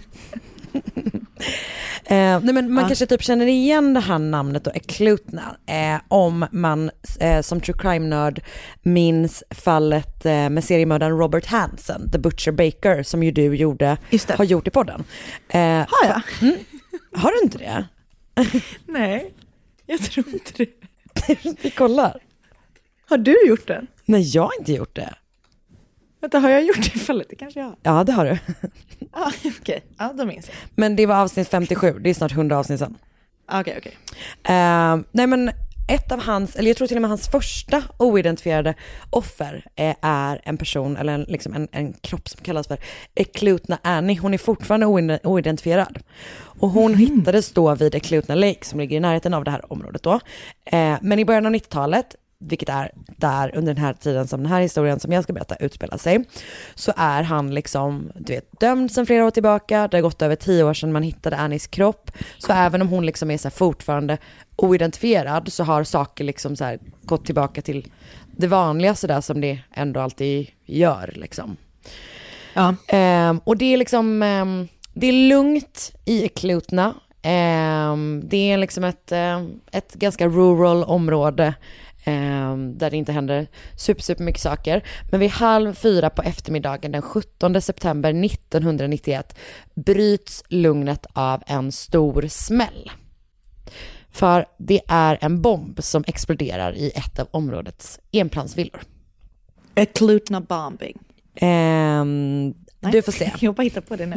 Nej, men man kanske typ känner igen det här namnet då, Eklutna, om man som true crime-nörd minns fallet med seriemördaren Robert Hansen, The Butcher Baker, som ju du har gjort i podden. Har jag? Har du inte det? Nej, jag tror inte det. Vi kollar. Har du gjort det? Nej, jag har inte gjort det. Vänta, har jag gjort det i fallet? Det kanske jag har. Ja, det har du. Okej. Ja, då minns jag. Men det var avsnitt 57. Det är snart 100 avsnitt sedan. Okej. Nej, men ett av hans, eller jag tror till och med hans första oidentifierade offer är en person, eller en kropp som kallas för Eklutna Annie. Hon är fortfarande oidentifierad. Och hon hittades då vid Eklutna Lake som ligger i närheten av det här området då. Men i början av 90-talet, vilket är där under den här tiden som den här historien som jag ska berätta utspelar sig, så är han dömd sedan flera år tillbaka. Det har gått över 10 år sedan man hittade Annies kropp. Så även om hon liksom är så här fortfarande oidentifierad, så har saker liksom så här gått tillbaka till det vanliga så där som det ändå alltid gör liksom. Ja. Och det är liksom det är lugnt i Eklutna. Det är liksom ett ganska rural område där det inte händer super mycket saker. Men vid 3:30 på eftermiddagen den 17 september 1991 bryts lugnet av en stor smäll. För det är en bomb som exploderar i ett av områdets enplansvillor. Eklutna bombing. Du får se. Jag bara hittar på det nu.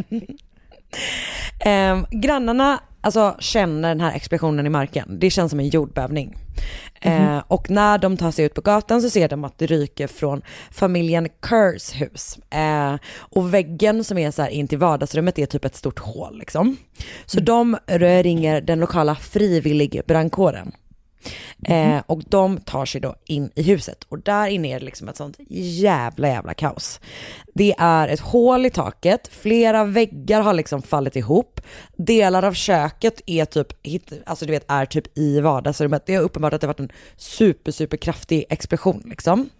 Grannarna känner den här explosionen i marken. Det känns som en jordbävning. Och när de tar sig ut på gatan så ser de att det ryker från familjen Kerrs hus. Och väggen som är så här in till vardagsrummet är typ ett stort hål liksom. Så de ringer den lokala frivilligbrandkåren. Och de tar sig då in i huset. Och där inne är det liksom ett sånt jävla kaos. Det är ett hål i taket. Flera väggar har liksom fallit ihop. Delar av köket är typ är typ i vardagsrummet. Det är uppenbart att det har varit en super kraftig explosion liksom.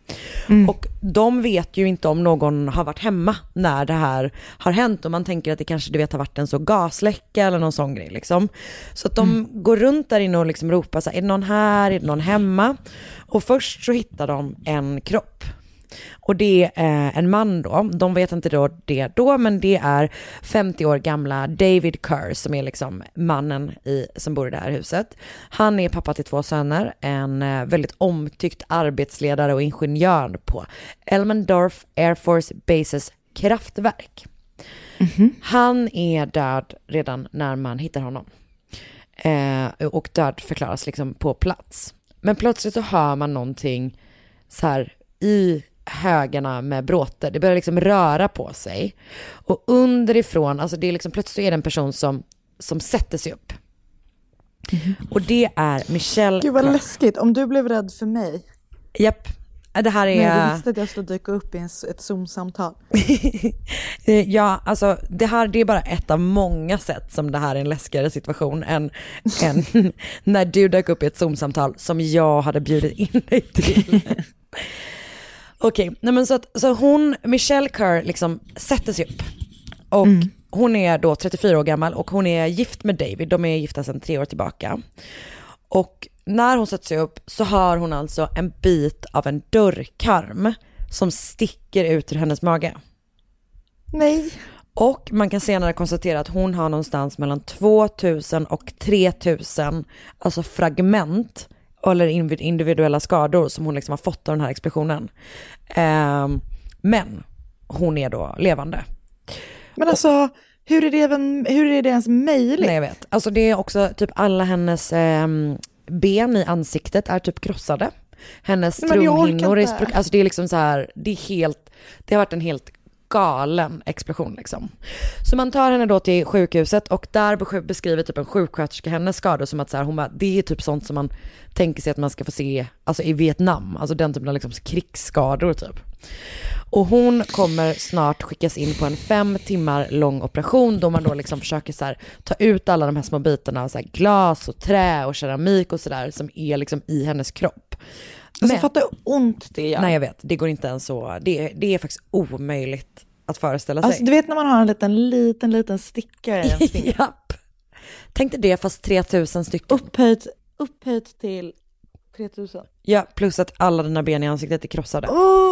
Och de vet ju inte om någon har varit hemma när det här har hänt, och man tänker att det kanske har varit en så gasläcka eller någon sån grej liksom. Så att de går runt där inne och liksom ropar så här, är det någon här, är det någon hemma? Och först så hittar de en kropp. Och det är en man då, de vet inte då, men det är 50 år gamla David Kerr som är liksom mannen som bor i det här huset. Han är pappa till 2 söner, en väldigt omtyckt arbetsledare och ingenjör på Elmendorf Air Force Bases kraftverk. Han är död redan när man hittar honom. Och död förklaras liksom på plats. Men plötsligt så hör man någonting så här i högarna med bråte. Det börjar liksom röra på sig. Och underifrån, alltså det är liksom plötsligt är det en person som sätter sig upp. Och det är Michelle. Gud vad läskigt, om du blev rädd för mig. Japp. Det här är... Men du visste att jag skulle dyka upp i ett Zoom-samtal. Ja, alltså det är bara ett av många sätt som det här är en läskigare situation än när du dök upp i ett Zoom-samtal som jag hade bjudit in dig till. Okej, men så hon, Michelle Kerr liksom sätter sig upp. Och hon är då 34 år gammal och hon är gift med David. De är gifta sedan 3 år tillbaka. Och när hon sätter sig upp så har hon alltså en bit av en dörrkarm som sticker ut ur hennes mage. Nej. Och man kan senare konstatera att hon har någonstans mellan 2000 och 3000 alltså fragment eller individuella skador som hon liksom har fått av den här explosionen. Men hon är då levande. Men alltså, hur är det ens möjligt? Nej, jag vet. Alltså det är också typ alla hennes ben i ansiktet är typ krossade. Hennes trumhinnor är alltså det är liksom så här, det har varit en helt galen explosion liksom. Så man tar henne då till sjukhuset och där beskriver typ en sjuksköterska hennes skador som att så här, hon bara, det är typ sånt som man tänker sig att man ska få se alltså i Vietnam, alltså den typen av liksom krigsskador typ. Och hon kommer snart skickas in på en 5 timmar lång operation då man då liksom försöker så här, ta ut alla de här små bitarna, så här, glas och trä och keramik och sådär som är liksom i hennes kropp. Alltså fattar hur ont det gör. Nej, jag vet, det går inte ens så. Det är faktiskt omöjligt att föreställa sig. Alltså du vet när man har en liten sticka i ens finger. Japp. Tänk dig det fast 3000 stycken. Upphöjt till 3000. Ja, plus att alla dina ben i ansiktet är krossade.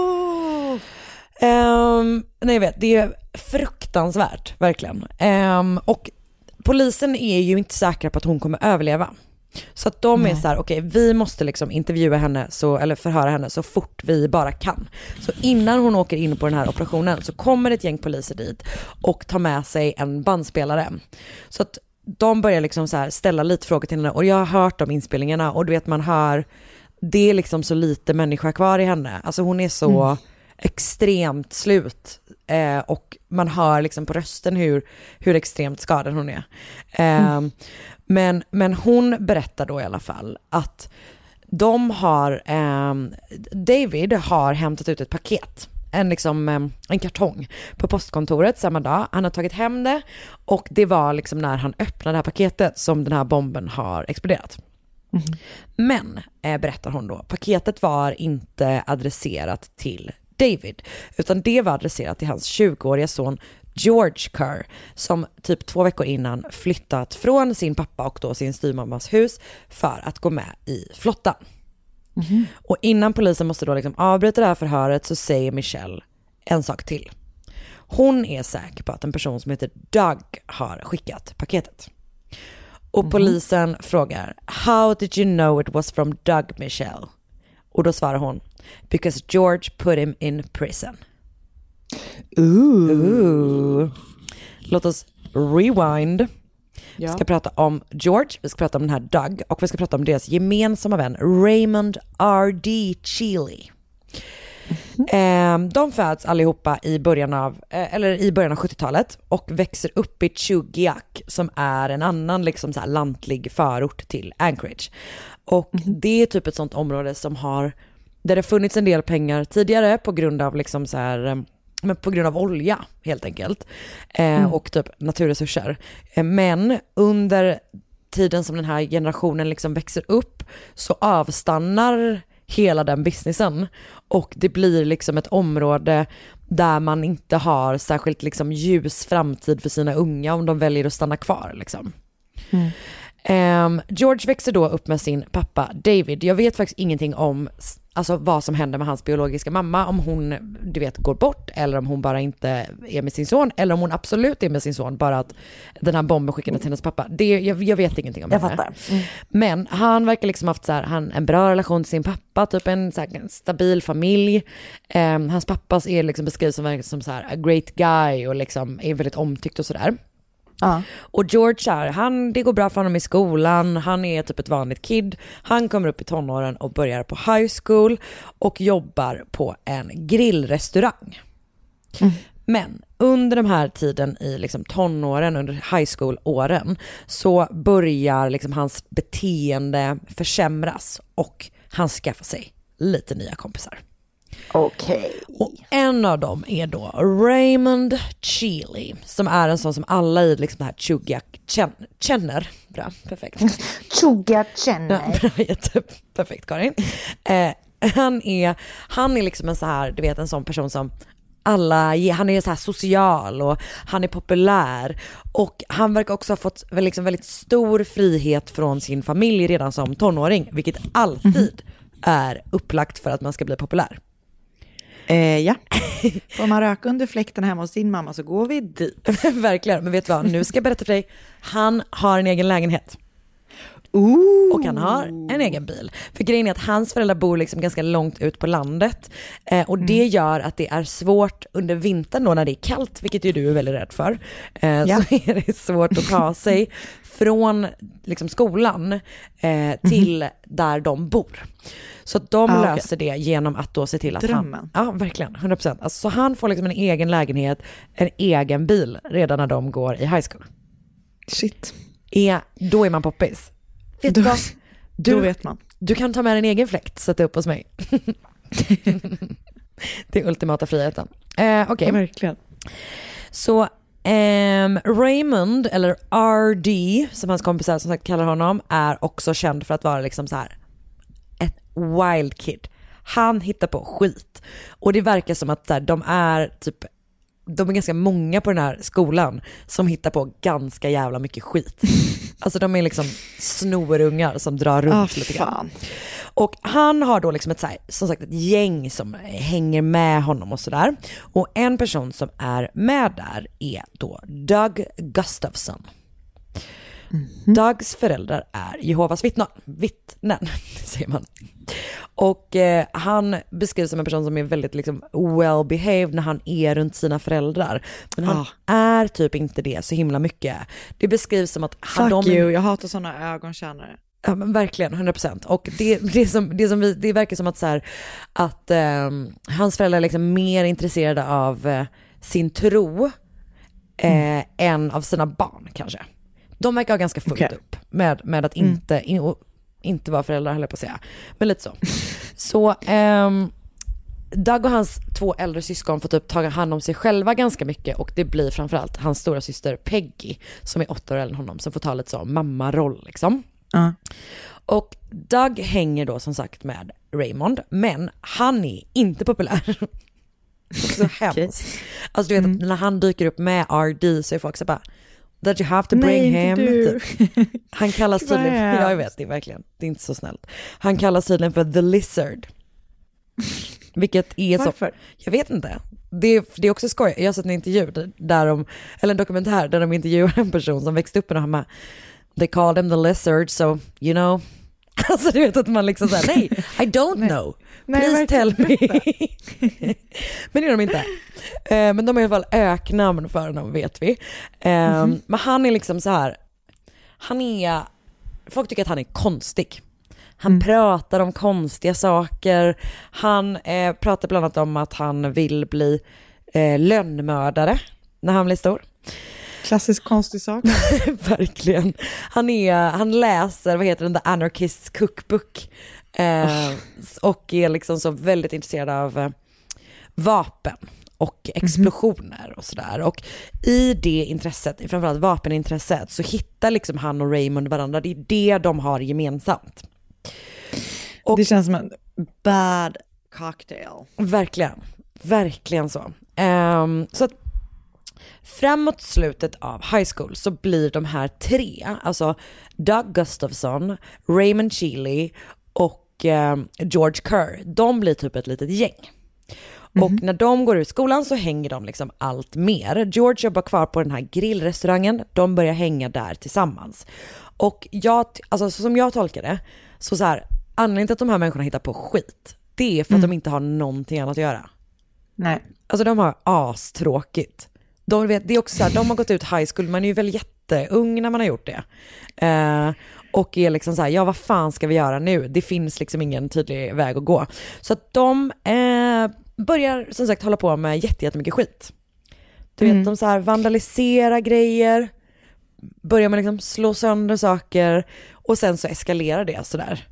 Nej, jag vet, det är fruktansvärt, verkligen. Och polisen är ju inte säkra på att hon kommer överleva. Så att de är så här, okej, vi måste liksom intervjua henne eller förhöra henne så fort vi bara kan. Så innan hon åker in på den här operationen så kommer ett gäng poliser dit och tar med sig en bandspelare. Så att de börjar liksom så här ställa lite frågor till henne och jag har hört om inspelningarna och du vet man hör, det är liksom så lite människa kvar i henne. Alltså hon är så extremt slut och man hör liksom på rösten hur extremt skadad hon är. Men hon berättar då i alla fall att David har hämtat ut ett paket, en kartong på postkontoret samma dag. Han har tagit hem det och det var liksom när han öppnade det här paketet som den här bomben har exploderat. Men, berättar hon då, paketet var inte adresserat till David utan det var adresserat till hans 20-åriga son George Kerr som typ 2 veckor innan flyttat från sin pappa och då sin styvmammas hus för att gå med i flottan. Och innan polisen måste då liksom avbryta det här förhöret så säger Michelle en sak till. Hon är säker på att en person som heter Doug har skickat paketet. Och polisen frågar, how did you know it was from Doug, Michelle? Och då svarar hon, because George put him in prison. Ooh. Låt oss rewind. Vi ska prata om George, vi ska prata om den här Doug och vi ska prata om deras gemensamma vän Raymond R.D. Chile. De föds allihopa i början av 70-talet och växer upp i Chugiak som är en annan liksom så här lantlig förort till Anchorage. Och det är typ ett sånt område som där det funnits en del pengar tidigare på grund av liksom så här, men på grund av olja helt enkelt och typ naturresurser. Men under tiden som den här generationen liksom växer upp så avstannar hela den businessen. Och det blir liksom ett område där man inte har särskilt liksom ljus framtid för sina unga om de väljer att stanna kvar liksom. George växer då upp med sin pappa David. Jag vet faktiskt ingenting om alltså vad som händer med hans biologiska mamma, om hon går bort eller om hon bara inte är med sin son eller om hon absolut är med sin son, bara att den här bomben skickade till hennes pappa. Jag vet ingenting om det. Jag fattar. Men han verkar liksom haft en bra relation till sin pappa, typ en stabil familj. Hans pappas är liksom beskrivs som så här a great guy och liksom är väldigt omtyckt och sådär. Och George det går bra för honom i skolan, han är typ ett vanligt kid, han kommer upp i tonåren och börjar på high school och jobbar på en grillrestaurang. Men under den här tiden i liksom tonåren, under high school-åren, så börjar liksom hans beteende försämras och han skaffar sig lite nya kompisar. Okej. Och en av dem är då Raymond Chili, som är en sån som alla i liksom det här Chugak känner. Bra, perfekt. Chugak känner. Ja, perfekt, Karin. Han är liksom en så här, du vet, en sån person som han är så här social och han är populär, och han verkar också ha fått liksom väldigt stor frihet från sin familj redan som tonåring, vilket alltid är upplagt för att man ska bli populär. Ja. Får man röka under fläkten hemma hos din mamma så går vi dit. Verkligen, men vet du vad? Nu ska jag berätta för dig. Han har en egen lägenhet. Och han har en egen bil. För grejen är att hans föräldrar bor liksom ganska långt ut på landet. Och det gör att det är svårt under vintern då, när det är kallt, vilket ju du är väldigt rädd för. Så är det svårt att ta sig från liksom skolan till där de bor. Så att de löser det genom att då se till att drömmen. Ja, verkligen, 100%. Alltså, så han får liksom en egen lägenhet, en egen bil redan när de går i high school. Shit. Då är man poppis. Vet du vad? Då vet man. Du kan ta med en egen fläkt, sätta upp hos mig. Det är ultimata friheten. Okej. Verkligen. Så Raymond, eller RD som hans kompisar som sagt kallar honom, är också känd för att vara liksom så här ett wild kid. Han hittar på skit. Och det verkar som att så här, de är ganska många på den här skolan som hittar på ganska jävla mycket skit. Alltså de är liksom snorungar som drar runt lite grann. Och han har då liksom ett gäng som hänger med honom och sådär. Och en person som är med där är då Doug Gustafson. Dougs föräldrar är Jehovas vittnen, säger man. Och han beskrivs som en person som är väldigt liksom well behaved när han är runt sina föräldrar. Men han är typ inte det så himla mycket. Det beskrivs som att jag hatar såna ögontjänare. Ja, men verkligen 100%. Och det verkar som att så här, att hans föräldrar är liksom mer intresserade av sin tro än av sina barn kanske. De verkar ha ganska fullt upp med att inte vara föräldrar, höll jag på att säga. Men lite så. Så Doug och hans 2 äldre syskon får typ ta hand om sig själva ganska mycket, och det blir framförallt hans stora syster Peggy som är 8 år äldre än honom som får ta lite så mammaroll liksom. Och Doug hänger då som sagt med Raymond, men han är inte populär. Så hemskt. Alltså du vet att när han dyker upp med RD så är folk så bara, that you have to bring him. Han kallas tydligen, jag vet, det är verkligen, det är inte så snällt. Han kallas tydligen för The Lizard. Vilket är så, jag vet inte. Det är också skoj. Jag har sett en intervju eller en dokumentär där de intervjuar en person som växte upp med de här, they called him The Lizard, so you know. Alltså du vet att man liksom säger nej, I don't know. Please tell me. Men det är de inte. Men de är i alla fall öknamn för honom, vet vi. Men han är liksom så här, folk tycker att han är konstig. Han pratar om konstiga saker. Han pratar bland annat om att han vill bli lönnmördare när han blir stor. Klassisk konstig sak. Verkligen. Han läser, vad heter den, The Anarchist's Cookbook. Och är liksom så väldigt intresserad av vapen och explosioner och sådär. Och i det intresset, framförallt vapenintresset, så hittar liksom han och Raymond varandra. Det är det de har gemensamt. Och det känns som bad cocktail. Verkligen så. Så att framåt slutet av high school så blir de här 3, alltså Doug Gustafson, Raymond Shealy och George Kerr, de blir typ ett litet gäng. Och när de går ut skolan så hänger de liksom allt mer. George jobbar kvar på den här grillrestaurangen. De börjar hänga där tillsammans. Och alltså som jag tolkar det, så här, anledningen till att de här människorna hittar på skit, det är för att de inte har någonting annat att göra. Nej. Alltså de har astråkigt. Det är också så här, de har gått ut high school, man är ju väl jätteung när man har gjort det. Och är liksom så här, ja vad fan ska vi göra nu? Det finns liksom ingen tydlig väg att gå. Så att de börjar som sagt hålla på med jättemycket skit. Du vet, de så här vandaliserar grejer, börjar med liksom slå sönder saker och sen så eskalerar det sådär.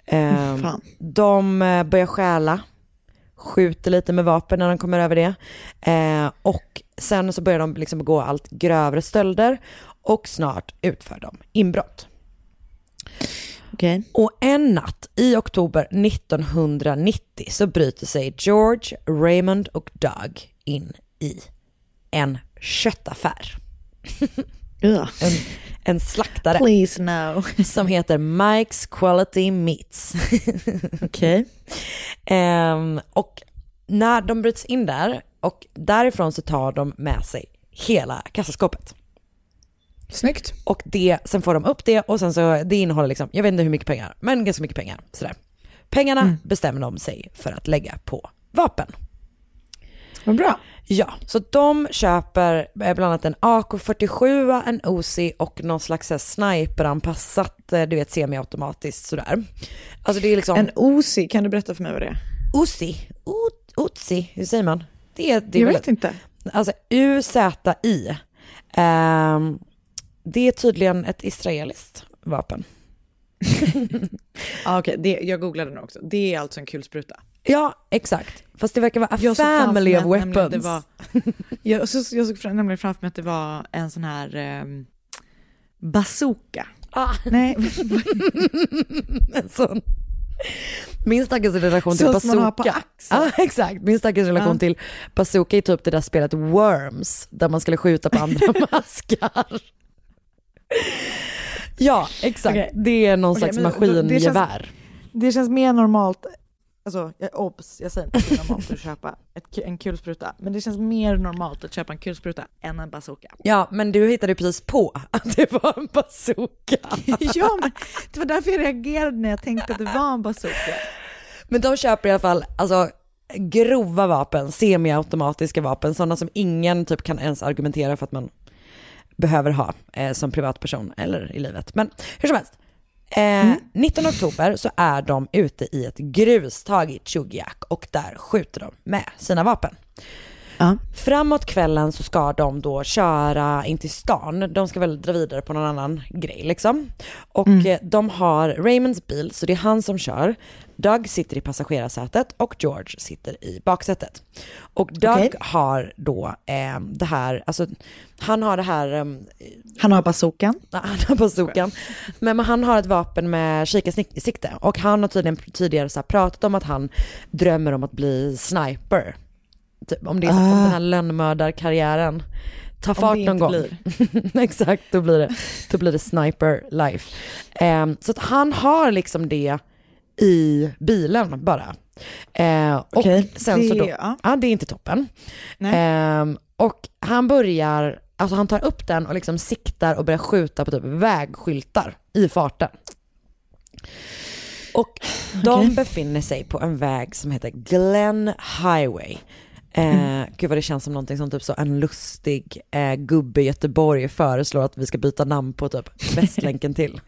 De börjar stjäla, skjuter lite med vapen när de kommer över det. Och sen så börjar de liksom gå allt grövre stölder och snart utför de inbrott. Okay. Och en natt i oktober 1990 så bryter sig George, Raymond och Doug in i en köttaffär. en slaktare. Please no. Som heter Mike's Quality Meats. Okej. Och när de bryts in där och därifrån så tar de med sig hela kassaskåpet. Snyggt. Och sen får de upp det och sen så det innehåller liksom, jag vet inte hur mycket pengar, men ganska mycket pengar. Sådär. Pengarna bestämmer de sig för att lägga på vapen. Vad bra. Ja, så de köper bland annat en AK-47, en Uzi och någon slags sniperanpassat, du vet, semiautomatiskt sådär. Alltså det är liksom... En Uzi, kan du berätta för mig vad det är? Uzi, hur säger man? Det är jag vet inte. Alltså UZI. Det är tydligen ett israeliskt vapen. Okej, jag googlade den också. Det är alltså en kulspruta. Ja, exakt. Fast det verkar vara a family of weapons. Jag såg nämligen framför mig att det var en sån här bazooka. Nej. En sån. Min stackars relation till bazooka. Man har på axeln. Ja, exakt. Min stackars relation till bazooka är typ det där spelet Worms, där man skulle skjuta på andra maskar. Ja, exakt. Okay. Det är någon slags maskingevär. Det känns mer normalt. Alltså, jag säger inte att det är normalt att köpa en kulspruta, men det känns mer normalt att köpa en kulspruta än en bazooka. Ja, men du hittade precis på att det var en bazooka. Ja, men det var därför jag reagerade när jag tänkte att det var en bazooka. Men de köper i alla fall alltså grova vapen, semiautomatiska vapen, sådana som ingen typ kan ens argumentera för att man behöver ha som privatperson eller i livet. Men hur som helst. 19 oktober så är de ute i ett grustag i Chugiak och där skjuter de med sina vapen. Framåt kvällen så ska de då köra in till stan. De ska väl dra vidare på någon annan grej liksom. Och de har Raymonds bil, så det är han som kör. Doug sitter i passagerarsätet och George sitter i baksätet. Och Doug har då det här, alltså han har det här... han har bazookan. Han har bazookan. Men han har ett vapen med kikarsikte. Och han har tidigare så här pratat om att han drömmer om att bli sniper. Typ, om det är så att den här lönnmördarkarriären tar fart någon gång. Exakt, då blir det sniper life. Så att han har liksom det i bilen bara. Och sen så då, det är inte toppen. Och han börjar, alltså han tar upp den och liksom siktar och börjar skjuta på typ vägskyltar i farten. Och de befinner sig på en väg som heter Glen Highway. Gud vad det känns som någonting som typ så en lustig gubbe i Göteborg föreslår att vi ska byta namn på typ Västlänken till.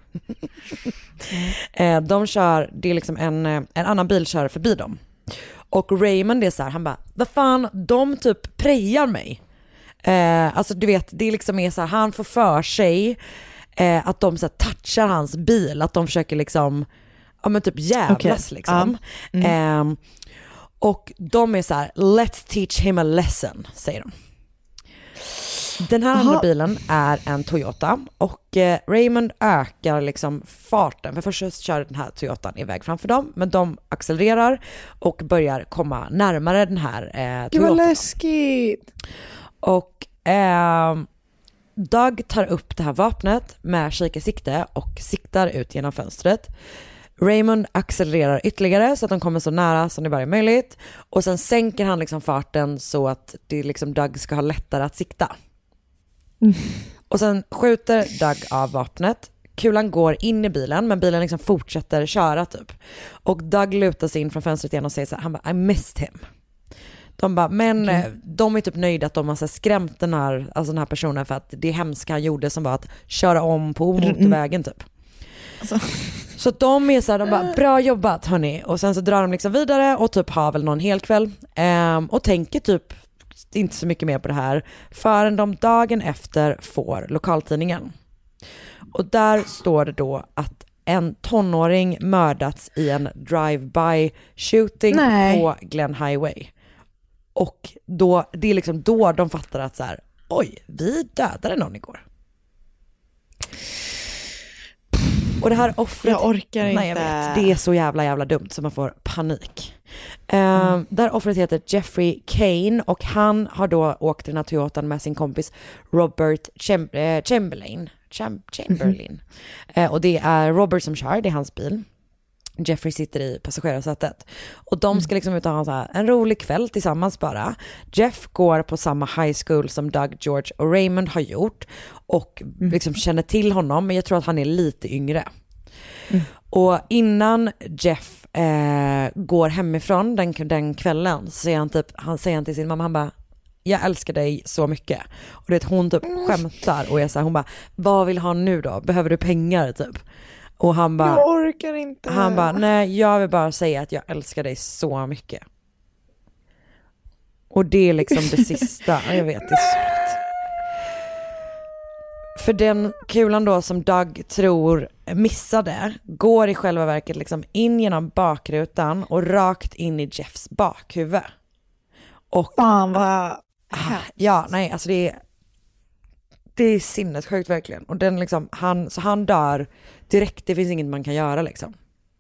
De kör, det är liksom en annan bil kör förbi dem. Och Raymond är så här, han bara, vad fan, de typ prejar mig. Alltså du vet, det liksom är så här, han får för sig att de så här touchar hans bil, att de försöker liksom, ja men typ jävlas liksom. Och de är så här, let's teach him a lesson, säger de. Den här andra bilen är en Toyota och Raymond ökar liksom farten. För först så kör den här Toyotan iväg framför dem, men de accelererar och börjar komma närmare den här Toyotan. Det var läskigt. Och Doug tar upp det här vapnet med kikarsikte och siktar ut genom fönstret. Raymond accelererar ytterligare så att de kommer så nära som det bara är möjligt. Och sen sänker han liksom farten så att det liksom Doug ska ha lättare att sikta. Och sen skjuter Doug av vapnet. Kulan går in i bilen, men bilen liksom fortsätter köra typ. Och Doug lutar sig in från fönstret igen och säger så här, han bara, I missed him. De bara, men de är typ nöjda att de har skrämt den här personen för att det hemska han gjorde som var att köra om på motorvägen typ. Alltså. Så de är så här, de bara, bra jobbat hörni. Och sen så drar de liksom vidare och typ har väl någon hel kväll och tänker typ inte så mycket mer på det här förrän de dagen efter får lokaltidningen. Och där står det då att en tonåring mördats i en drive-by shooting på Glen Highway. Och då, det är liksom då de fattar att så här, oj, vi dödade någon igår. Och det här offret, jag orkar inte. Nej, jag vet, det är så jävla dumt så man får panik. Det här offret heter Jeffrey Kane och han har då åkt i den här Toyotan med sin kompis Robert Chamberlain. Och det är Robert som kör, det är hans bil. Jeffrey sitter i passagerarsätet. Och de ska liksom ut och ha så här en rolig kväll tillsammans bara. Jeff går på samma high school som Doug, George och Raymond har gjort. Och liksom känner till honom. Men jag tror att han är lite yngre. Och innan Jeff går hemifrån den kvällen så säger han till sin mamma, han bara, jag älskar dig så mycket. Och det hon typ skämtar och är så här, hon bara, vad vill han nu då? Behöver du pengar typ? Och han bara, jag orkar inte. Han bara, nej, jag vill bara säga att jag älskar dig så mycket. Och det är liksom det sista. Jag vet, det är sorgligt. För den kulan då som Doug tror missade går i själva verket liksom in genom bakrutan och rakt in i Jeffs bakhuvud. Och fan vad ja, nej, alltså det är sinnessjukt verkligen. Och den liksom, han dör direkt, det finns inget man kan göra liksom.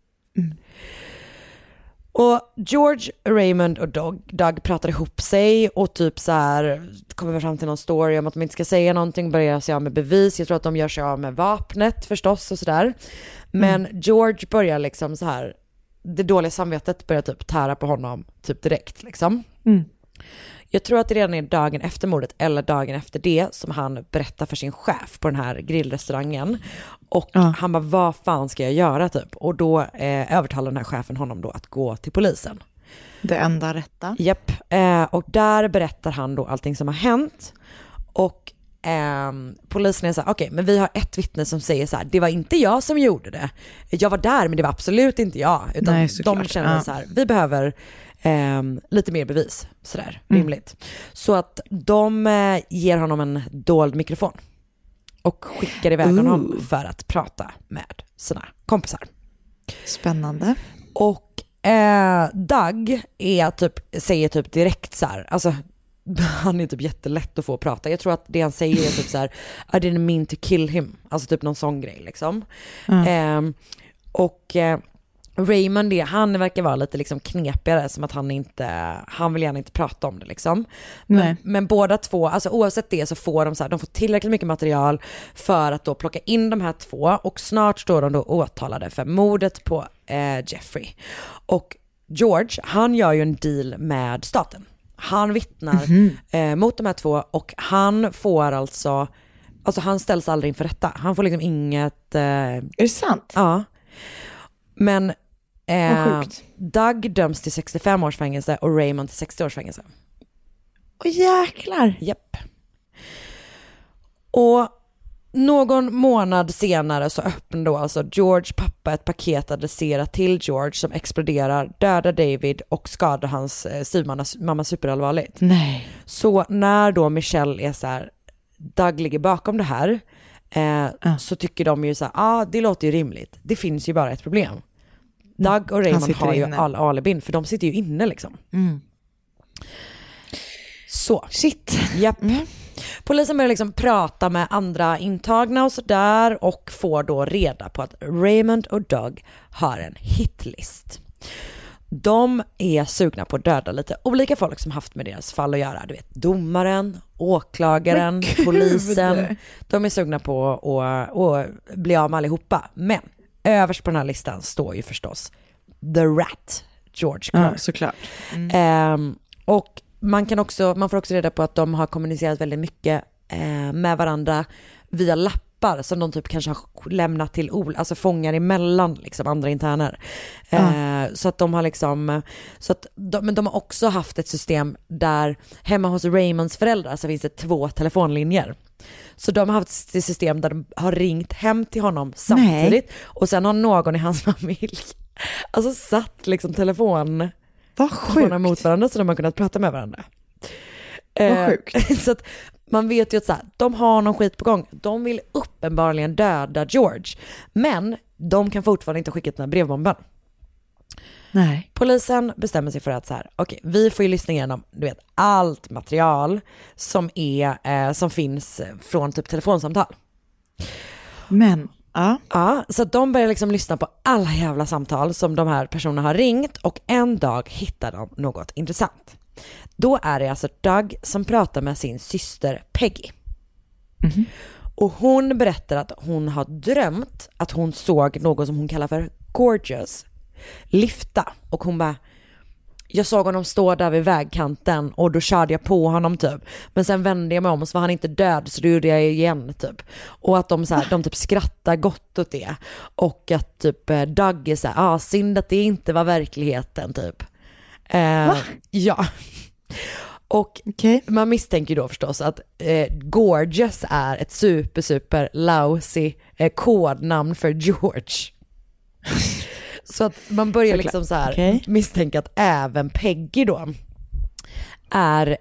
Och George, Raymond och Doug pratar ihop sig och typ så här kommer fram till någon story om att de inte ska säga någonting, börjar sig av med bevis. Jag tror att de gör sig av med vapnet förstås och sådär. Men George börjar liksom så här, det dåliga samvetet börjar typ tära på honom typ direkt liksom. Jag tror att det redan är dagen efter mordet eller dagen efter det som han berättar för sin chef på den här grillrestaurangen. Och han bara, vad fan ska jag göra typ? Och då övertalar den här chefen honom då att gå till polisen. Det enda rätta. Japp. Och där berättar han då allting som har hänt. Och polisen är så här, okej, men vi har ett vittne som säger så här, det var inte jag som gjorde det. Jag var där, men det var absolut inte jag. Utan nej, de känner så här, vi behöver lite mer bevis, sådär, rimligt. Så att de ger honom en dold mikrofon och skickar iväg honom för att prata med sina kompisar. Spännande. Och Doug säger typ direkt så här, alltså han är typ jättelätt att få prata. Jag tror att det han säger är typ så här, I didn't mean to kill him. Alltså typ någon sån grej liksom. Raymond, han verkar vara lite liksom knepigare, som att han vill gärna inte prata om det liksom. Men båda två, alltså oavsett det så får de får tillräckligt mycket material för att då plocka in de här två, och snart står de då åtalade för mordet på Jeffrey. Och George, han gör ju en deal med staten. Han vittnar mot de här två, och han får alltså han ställs aldrig inför rätta. Han får liksom inget... Är det sant? Ja. Men Doug döms till 65 års fängelse och Raymond till 60 års fängelse. Åh jäklar. Japp. Och någon månad senare så öppnar då alltså George pappa ett paket adresserat till George som exploderar, dödar David och skadar hans styvmamma superallvarligt. Nej. Så när då Michelle är så här, Doug ligger bakom det här, så tycker de ju så här, det låter ju rimligt. Det finns ju bara ett problem. Doug och Raymond har ju all alibin, för de sitter ju inne liksom. Så. Shit. Japp. Polisen börjar liksom prata med andra intagna och sådär och får då reda på att Raymond och Doug har en hitlist. De är sugna på att döda lite olika folk som haft med deras fall att göra. Du vet, domaren, åklagaren, polisen. De är sugna på att bli av med allihopa. Men överst på den här listan står ju förstås The Rat, George Kerr. Ja, såklart. Och man får också reda på att de har kommunicerat väldigt mycket med varandra via lappar som de typ kanske har lämnat till alltså fångar emellan liksom andra interner. Så att de har liksom men de har också haft ett system där hemma hos Raymonds föräldrar så finns det 2 telefonlinjer. Så de har haft ett system där de har ringt hem till honom samtidigt. Nej. Och sen har någon i hans familj alltså satt liksom telefonerna mot varandra så de har kunnat prata med varandra. Vad sjukt. Så att man vet ju att så här, de har någon skit på gång. De vill uppenbarligen döda George. Men de kan fortfarande inte skicka den här brevbomben. Nej. Polisen bestämmer sig för att så här, okej, vi får ju lyssna igenom allt material som finns från typ telefonsamtal. Men ja, så de börjar liksom lyssna på alla jävla samtal som de här personerna har ringt och en dag hittar de något intressant. Då är det alltså Doug som pratar med sin syster Peggy. Mm-hmm. Och hon berättar att hon har drömt att hon såg något som hon kallar för Gorgeous lyfta. Och hon bara, jag såg honom stå där vid vägkanten och då körde jag på honom typ. Men sen vände jag mig om och så var han inte död så då gjorde jag igen typ. Och att de typ skrattar gott åt det. Och att typ Doug är såhär, synd att det inte var verkligheten typ. Ja. Och man misstänker då förstås att Gorgeous är ett super lousy kodnamn för George. Så att man börjar liksom så här misstänka att även Peggy då är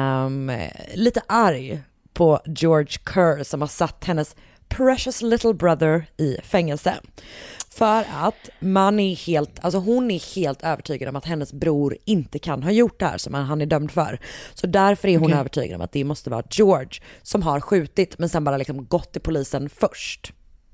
lite arg på George Kerr som har satt hennes precious little brother i fängelse. För att hon är helt övertygad om att hennes bror inte kan ha gjort det här som han är dömd för. Så därför är hon övertygad om att det måste vara George som har skjutit men sen bara liksom gått till polisen först.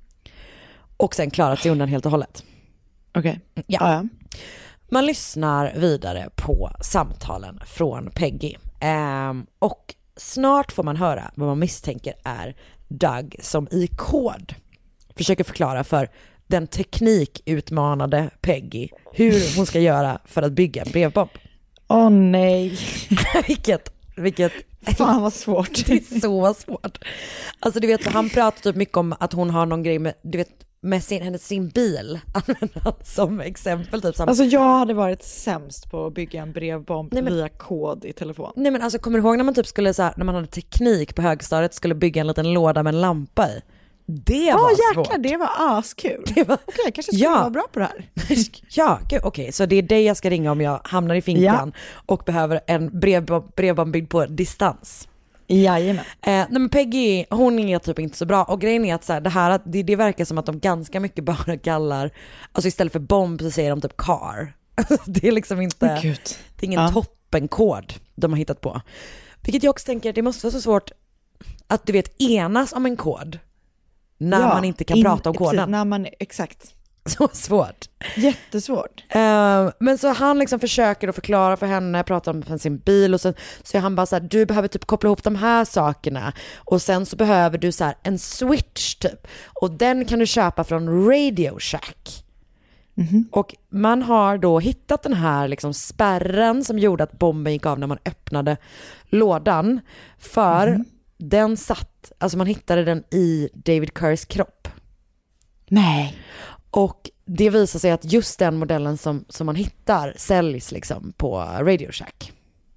Och sen klarat sig undan helt och hållet. Okej. Ja. Man lyssnar vidare på samtalen från Peggy. Och snart får man höra vad man misstänker är Doug som i kod försöker förklara för den teknikutmanade Peggy hur hon ska göra för att bygga en brevbomb. Åh nej. Vilket fan vad svårt. Det är så svårt. Alltså du vet, han pratar typ mycket om att hon har någon grej med, du vet, med sin bil använder han som exempel typ. Alltså jag hade varit sämst på att bygga en brevbomb via kod i telefon. Nej men alltså kommer du ihåg när man typ skulle så här, när man hade teknik på högstadiet skulle bygga en liten låda med en lampa i? Det var svårt. Jäklar, det var askul. Okej, kanske ska vara bra på det här. Ja, okej, så det är dig jag ska ringa om jag hamnar i finkan och behöver en brevbomb byggd på distans. Jajamän. Nej men Peggy, hon är typ inte så bra. Och grejen är att så här, det verkar som att de ganska mycket bara kallar, alltså istället för bomb så säger de typ car. Det är liksom inte, det är ingen toppenkod de har hittat på. Vilket jag också tänker, det måste vara så svårt att du vet enas om en kod när man inte kan prata om koden. Precis, när man, exakt. Så svårt. Jättesvårt. Men så han liksom försöker att förklara för henne, prata om sin bil och så är han bara så här, du behöver typ koppla ihop de här sakerna och sen så behöver du så här en switch typ och den kan du köpa från Radio Shack. Mm-hmm. Och man har då hittat den här liksom spärren som gjorde att bomben gick av när man öppnade lådan för den satt, alltså man hittade den i David Kerrs kropp. Nej. Och det visar sig att just den modellen som man hittar säljs liksom på Radio Shack.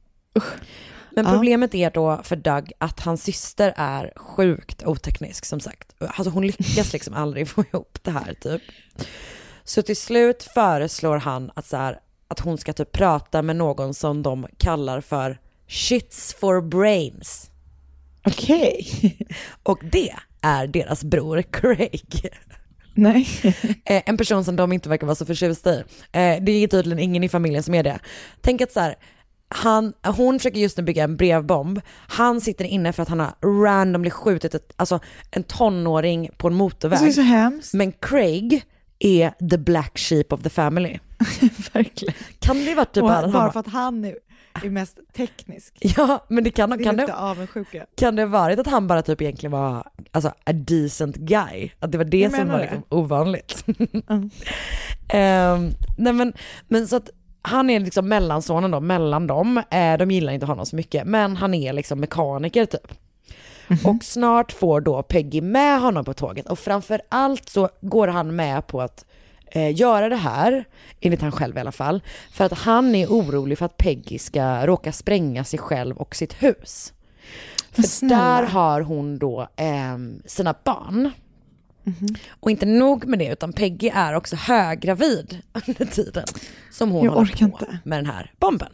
Men problemet är då för Doug att hans syster är sjukt oteknisk som sagt. Alltså hon lyckas liksom aldrig få ihop det här typ. Så till slut föreslår han att hon ska typ prata med någon som de kallar för shits for brains. Okej. Och det är deras bror Craig. Nej. En person som de inte verkar vara så förtjusta i. Det är tydligen ingen i familjen som är det. Tänk att så här, hon försöker just nu bygga en brevbomb. Han sitter inne för att han har randomly skjutit en tonåring på en motorväg. Det är så hemskt. Men Craig är the black sheep of the family. Verkligen. Kan det vara typ bara för att han är mest teknisk. Ja, men det kan lite avundsjuka. Kan det ha varit att han bara typ egentligen var a decent guy? Att det var det som var liksom ovanligt. Nej men så att han är liksom mellansonen då, mellan dem. De gillar inte honom så mycket, men han är liksom mekaniker typ. Och snart får då Peggy med honom på tåget. Och framför allt så går han med på att göra det här, enligt han själv i alla fall, för att han är orolig för att Peggy ska råka spränga sig själv och sitt hus. För där har hon då sina barn. Och inte nog med det, utan Peggy är också höggravid under tiden som hon håller på med den här bomben.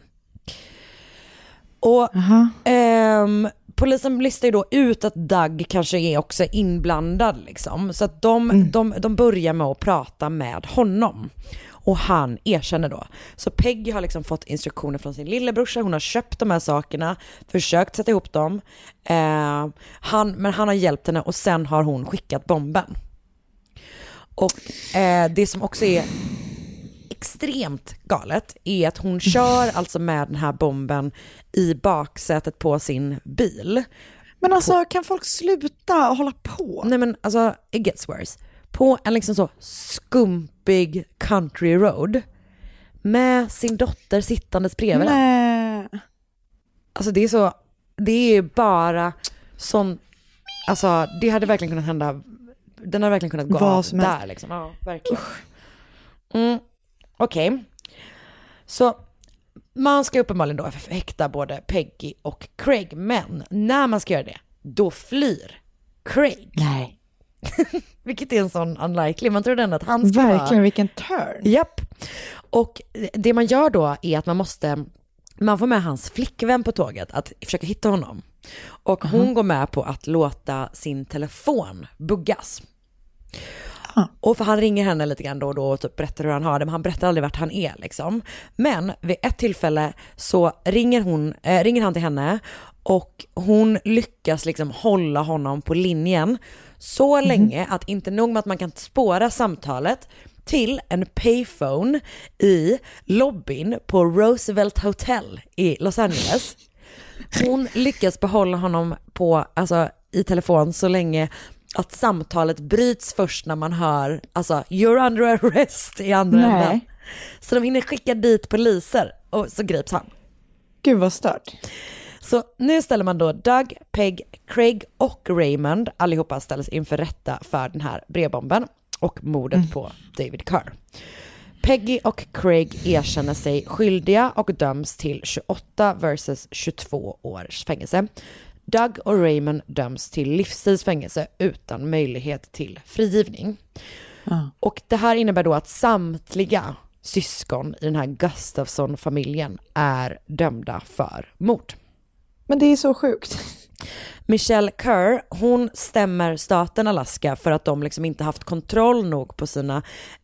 Och polisen listar ju då ut att Doug kanske är också inblandad liksom. Så att de börjar med att prata med honom. Och han erkänner då. Så Peggy har liksom fått instruktioner från sin lillebrorsa. Hon har köpt de här sakerna, försökt sätta ihop dem. Men han har hjälpt henne och sen har hon skickat bomben. Och det som också är extremt galet är att hon kör alltså med den här bomben i baksätet på sin bil. Men alltså kan folk sluta hålla på? Nej men alltså it gets worse. På en liksom så skumpig country road med sin dotter sittandes bredvid. Nej. Alltså det är bara sån, alltså det hade verkligen kunnat hända. Den hade verkligen kunnat gå av där liksom. Ja, verkligen. Okej. Så man ska uppenbarligen då häkta både Peggy och Craig, men när man ska göra det, då flyr Craig. Nej. Vilket är en sån unlikely. Man tror ändå att han ska verkligen, vilken turn. Japp. Och det man gör då är att man får med hans flickvän på tåget att försöka hitta honom. Och hon går med på att låta sin telefon buggas. Och för han ringer henne lite grann då och då och typ berättar hur han har det, men han berättar aldrig vart han är liksom. Men vid ett tillfälle så ringer han till henne och hon lyckas liksom hålla honom på linjen så länge att inte nog med att man kan spåra samtalet till en payphone i lobbyn på Roosevelt Hotel i Los Angeles. Hon lyckas behålla honom i telefon så länge att samtalet bryts först när man hör you're under arrest i andra änden. Så de hinner skicka dit poliser och så grips han. Gud vad stört. Så nu ställer man då Doug, Peg, Craig och Raymond, allihopa ställs inför rätta för den här brevbomben och mordet på David Kerr. Peggy och Craig erkänner sig skyldiga och döms till 28 versus 22 års fängelse. Doug och Raymond döms till livstidsfängelse utan möjlighet till frigivning. Och det här innebär då att samtliga syskon i den här Gustafsson-familjen är dömda för mord. Men det är så sjukt. Michelle Kerr, hon stämmer staten Alaska för att de liksom inte haft kontroll nog på sina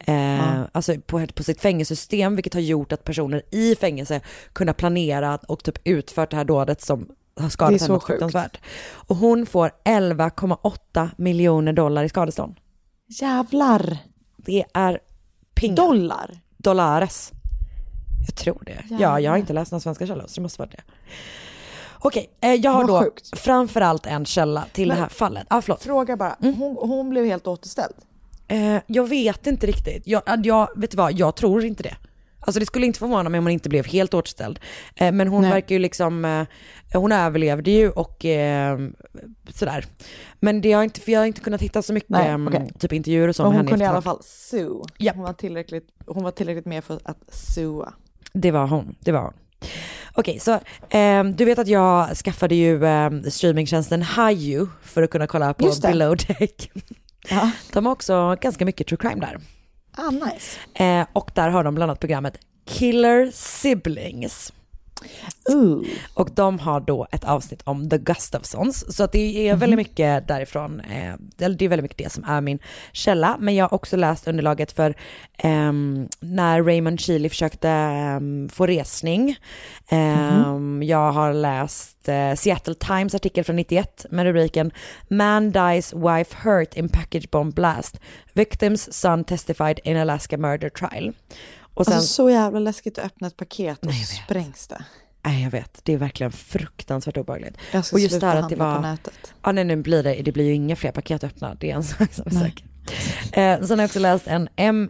på sitt fängelsesystem, vilket har gjort att personer i fängelse kunna planera och typ utfört det här dådet som har skadat henne fruktansvärt. Och hon får $11,8 miljoner i skadestånd. Jävlar. Det är pengar. Dollares. Jag tror det. Jävlar. Ja, jag har inte läst några svenska källor så det måste vara det. Okej, jag har då framförallt en källa till det här fallet. Förlåt. Fråga bara, hon blev helt återställd? Jag vet inte riktigt. Vet du vad, jag tror inte det. Alltså det skulle inte förvåna mig om hon inte blev helt återställd. Men hon verkar ju liksom, hon överlevde ju och sådär. Men jag har inte kunnat hitta så mycket typ intervjuer och så med henne. Hon kunde i alla fall sue. Yep. Hon var tillräckligt med för att sua. Det var hon. Okej, så du vet att jag skaffade ju streamingtjänsten Hayu för att kunna kolla på Below Deck. Ja. De har också ganska mycket true crime där. Nice. Och där har de bland annat programmet Killer Siblings. Och de har då ett avsnitt om The Gustafsons. Så att det är väldigt mycket därifrån. Det är väldigt mycket det som är min källa. Men jag har också läst underlaget för när Raymond Chili försökte få resning. Jag har läst Seattle Times artikel från 91 med rubriken Man dies, wife hurt in package bomb blast. Victim's son testified in Alaska murder trial. Och sen, alltså så jävla läskigt att öppna ett paket och så sprängs det. Nej, jag vet. Det är verkligen fruktansvärt obehagligt. Jag ska och just sluta där att handla det var på nätet. Ja, nej, nu blir det blir ju inga fler paket öppna. Det är en sak som är säker. Sen har jag också läst en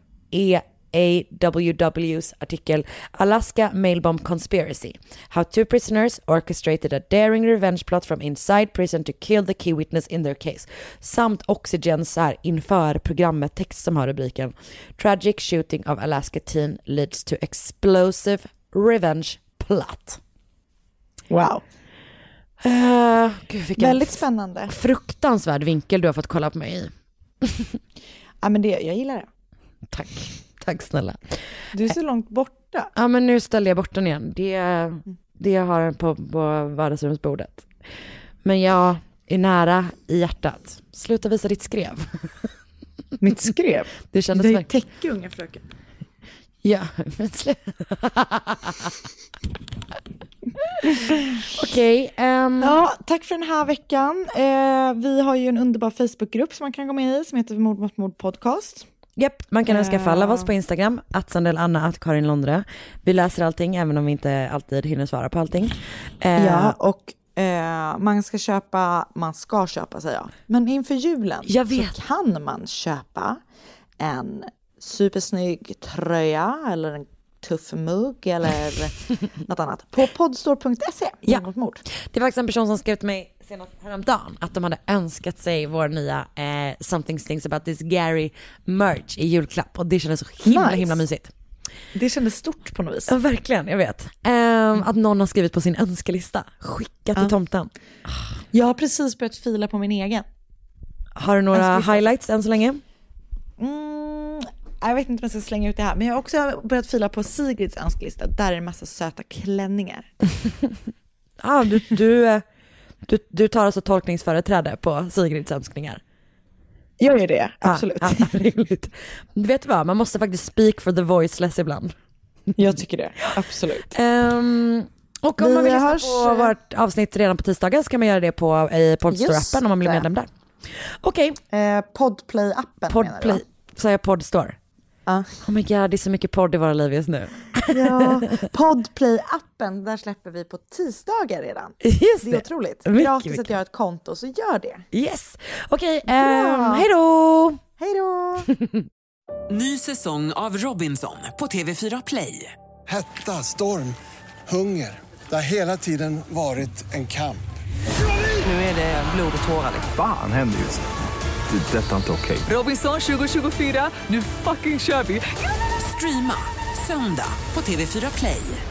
MEAWW's artikel Alaska Mail Bomb Conspiracy. How two prisoners orchestrated a daring revenge plot from inside prison to kill the key witness in their case. Samt Oxygens här inför programmet text som har rubriken Tragic shooting of Alaska teen leads to explosive revenge plot. Wow. Gud, vilken väldigt spännande. Fruktansvärd vinkel du har fått kolla på mig i. Ja, men jag gillar det. Tack snälla. Du är så långt borta. Ja, men nu ställer jag bort den igen. Det jag har på vardagsrumsbordet. Men jag är nära i hjärtat. Sluta visa ditt skrev. Mitt skrev? Det kändes det är täcke, unga fröken. Ja, men Okej. Ja, tack för den här veckan. Vi har ju en underbar Facebookgrupp som man kan gå med i som heter Mord mot mord podcast. Japp, man kan önska fall av oss på Instagram @sandelanna @karinlondre. Vi läser allting även om vi inte alltid hinner svara på allting. Ja, och man ska köpa säger jag. Men inför julen så kan man köpa en supersnygg tröja eller en tuff mugg eller något annat på podstore.se. Ja. Det var faktiskt en person som skrev till mig senast häromdagen att de hade önskat sig vår nya Something Stings About This Gary merch i julklapp och det kändes så himla mysigt. Det kändes stort på något vis. Ja, verkligen, jag vet. Att någon har skrivit på sin önskelista. Skicka till tomten. Jag har precis börjat fila på min egen. Har du några highlights än så länge? Jag vet inte om jag ska slänga ut det här. Men jag har också börjat fila på Sigrids önskelista. Där är en massa söta klänningar. Du tar alltså tolkningsföreträde på Sigrids önskningar. Jag gör det, absolut. Vet du vad, man måste faktiskt speak for the voiceless ibland. Jag tycker det, absolut. Och om man vill lyssna på vårt avsnitt redan på tisdagar så kan man göra det på Podstore-appen om man blir medlem där. Okej. Podplay-appen menar du? Så jag Podstore. Oh my god, det är så mycket podd i våra liv just nu. Ja, Podplay-appen, där släpper vi på tisdagar redan. Just det är otroligt. Mycket, gratis att göra ett konto, så gör det. Yes. Okej, hej då! Hej då! Ny säsong av Robinson på TV4 Play. Hetta, storm, hunger. Det har hela tiden varit en kamp. Nu är det blod och tårar. Fan händer just det. Detta är inte okej. Robinson 2024, nu fucking kör vi. Streama söndag på TV4 Play.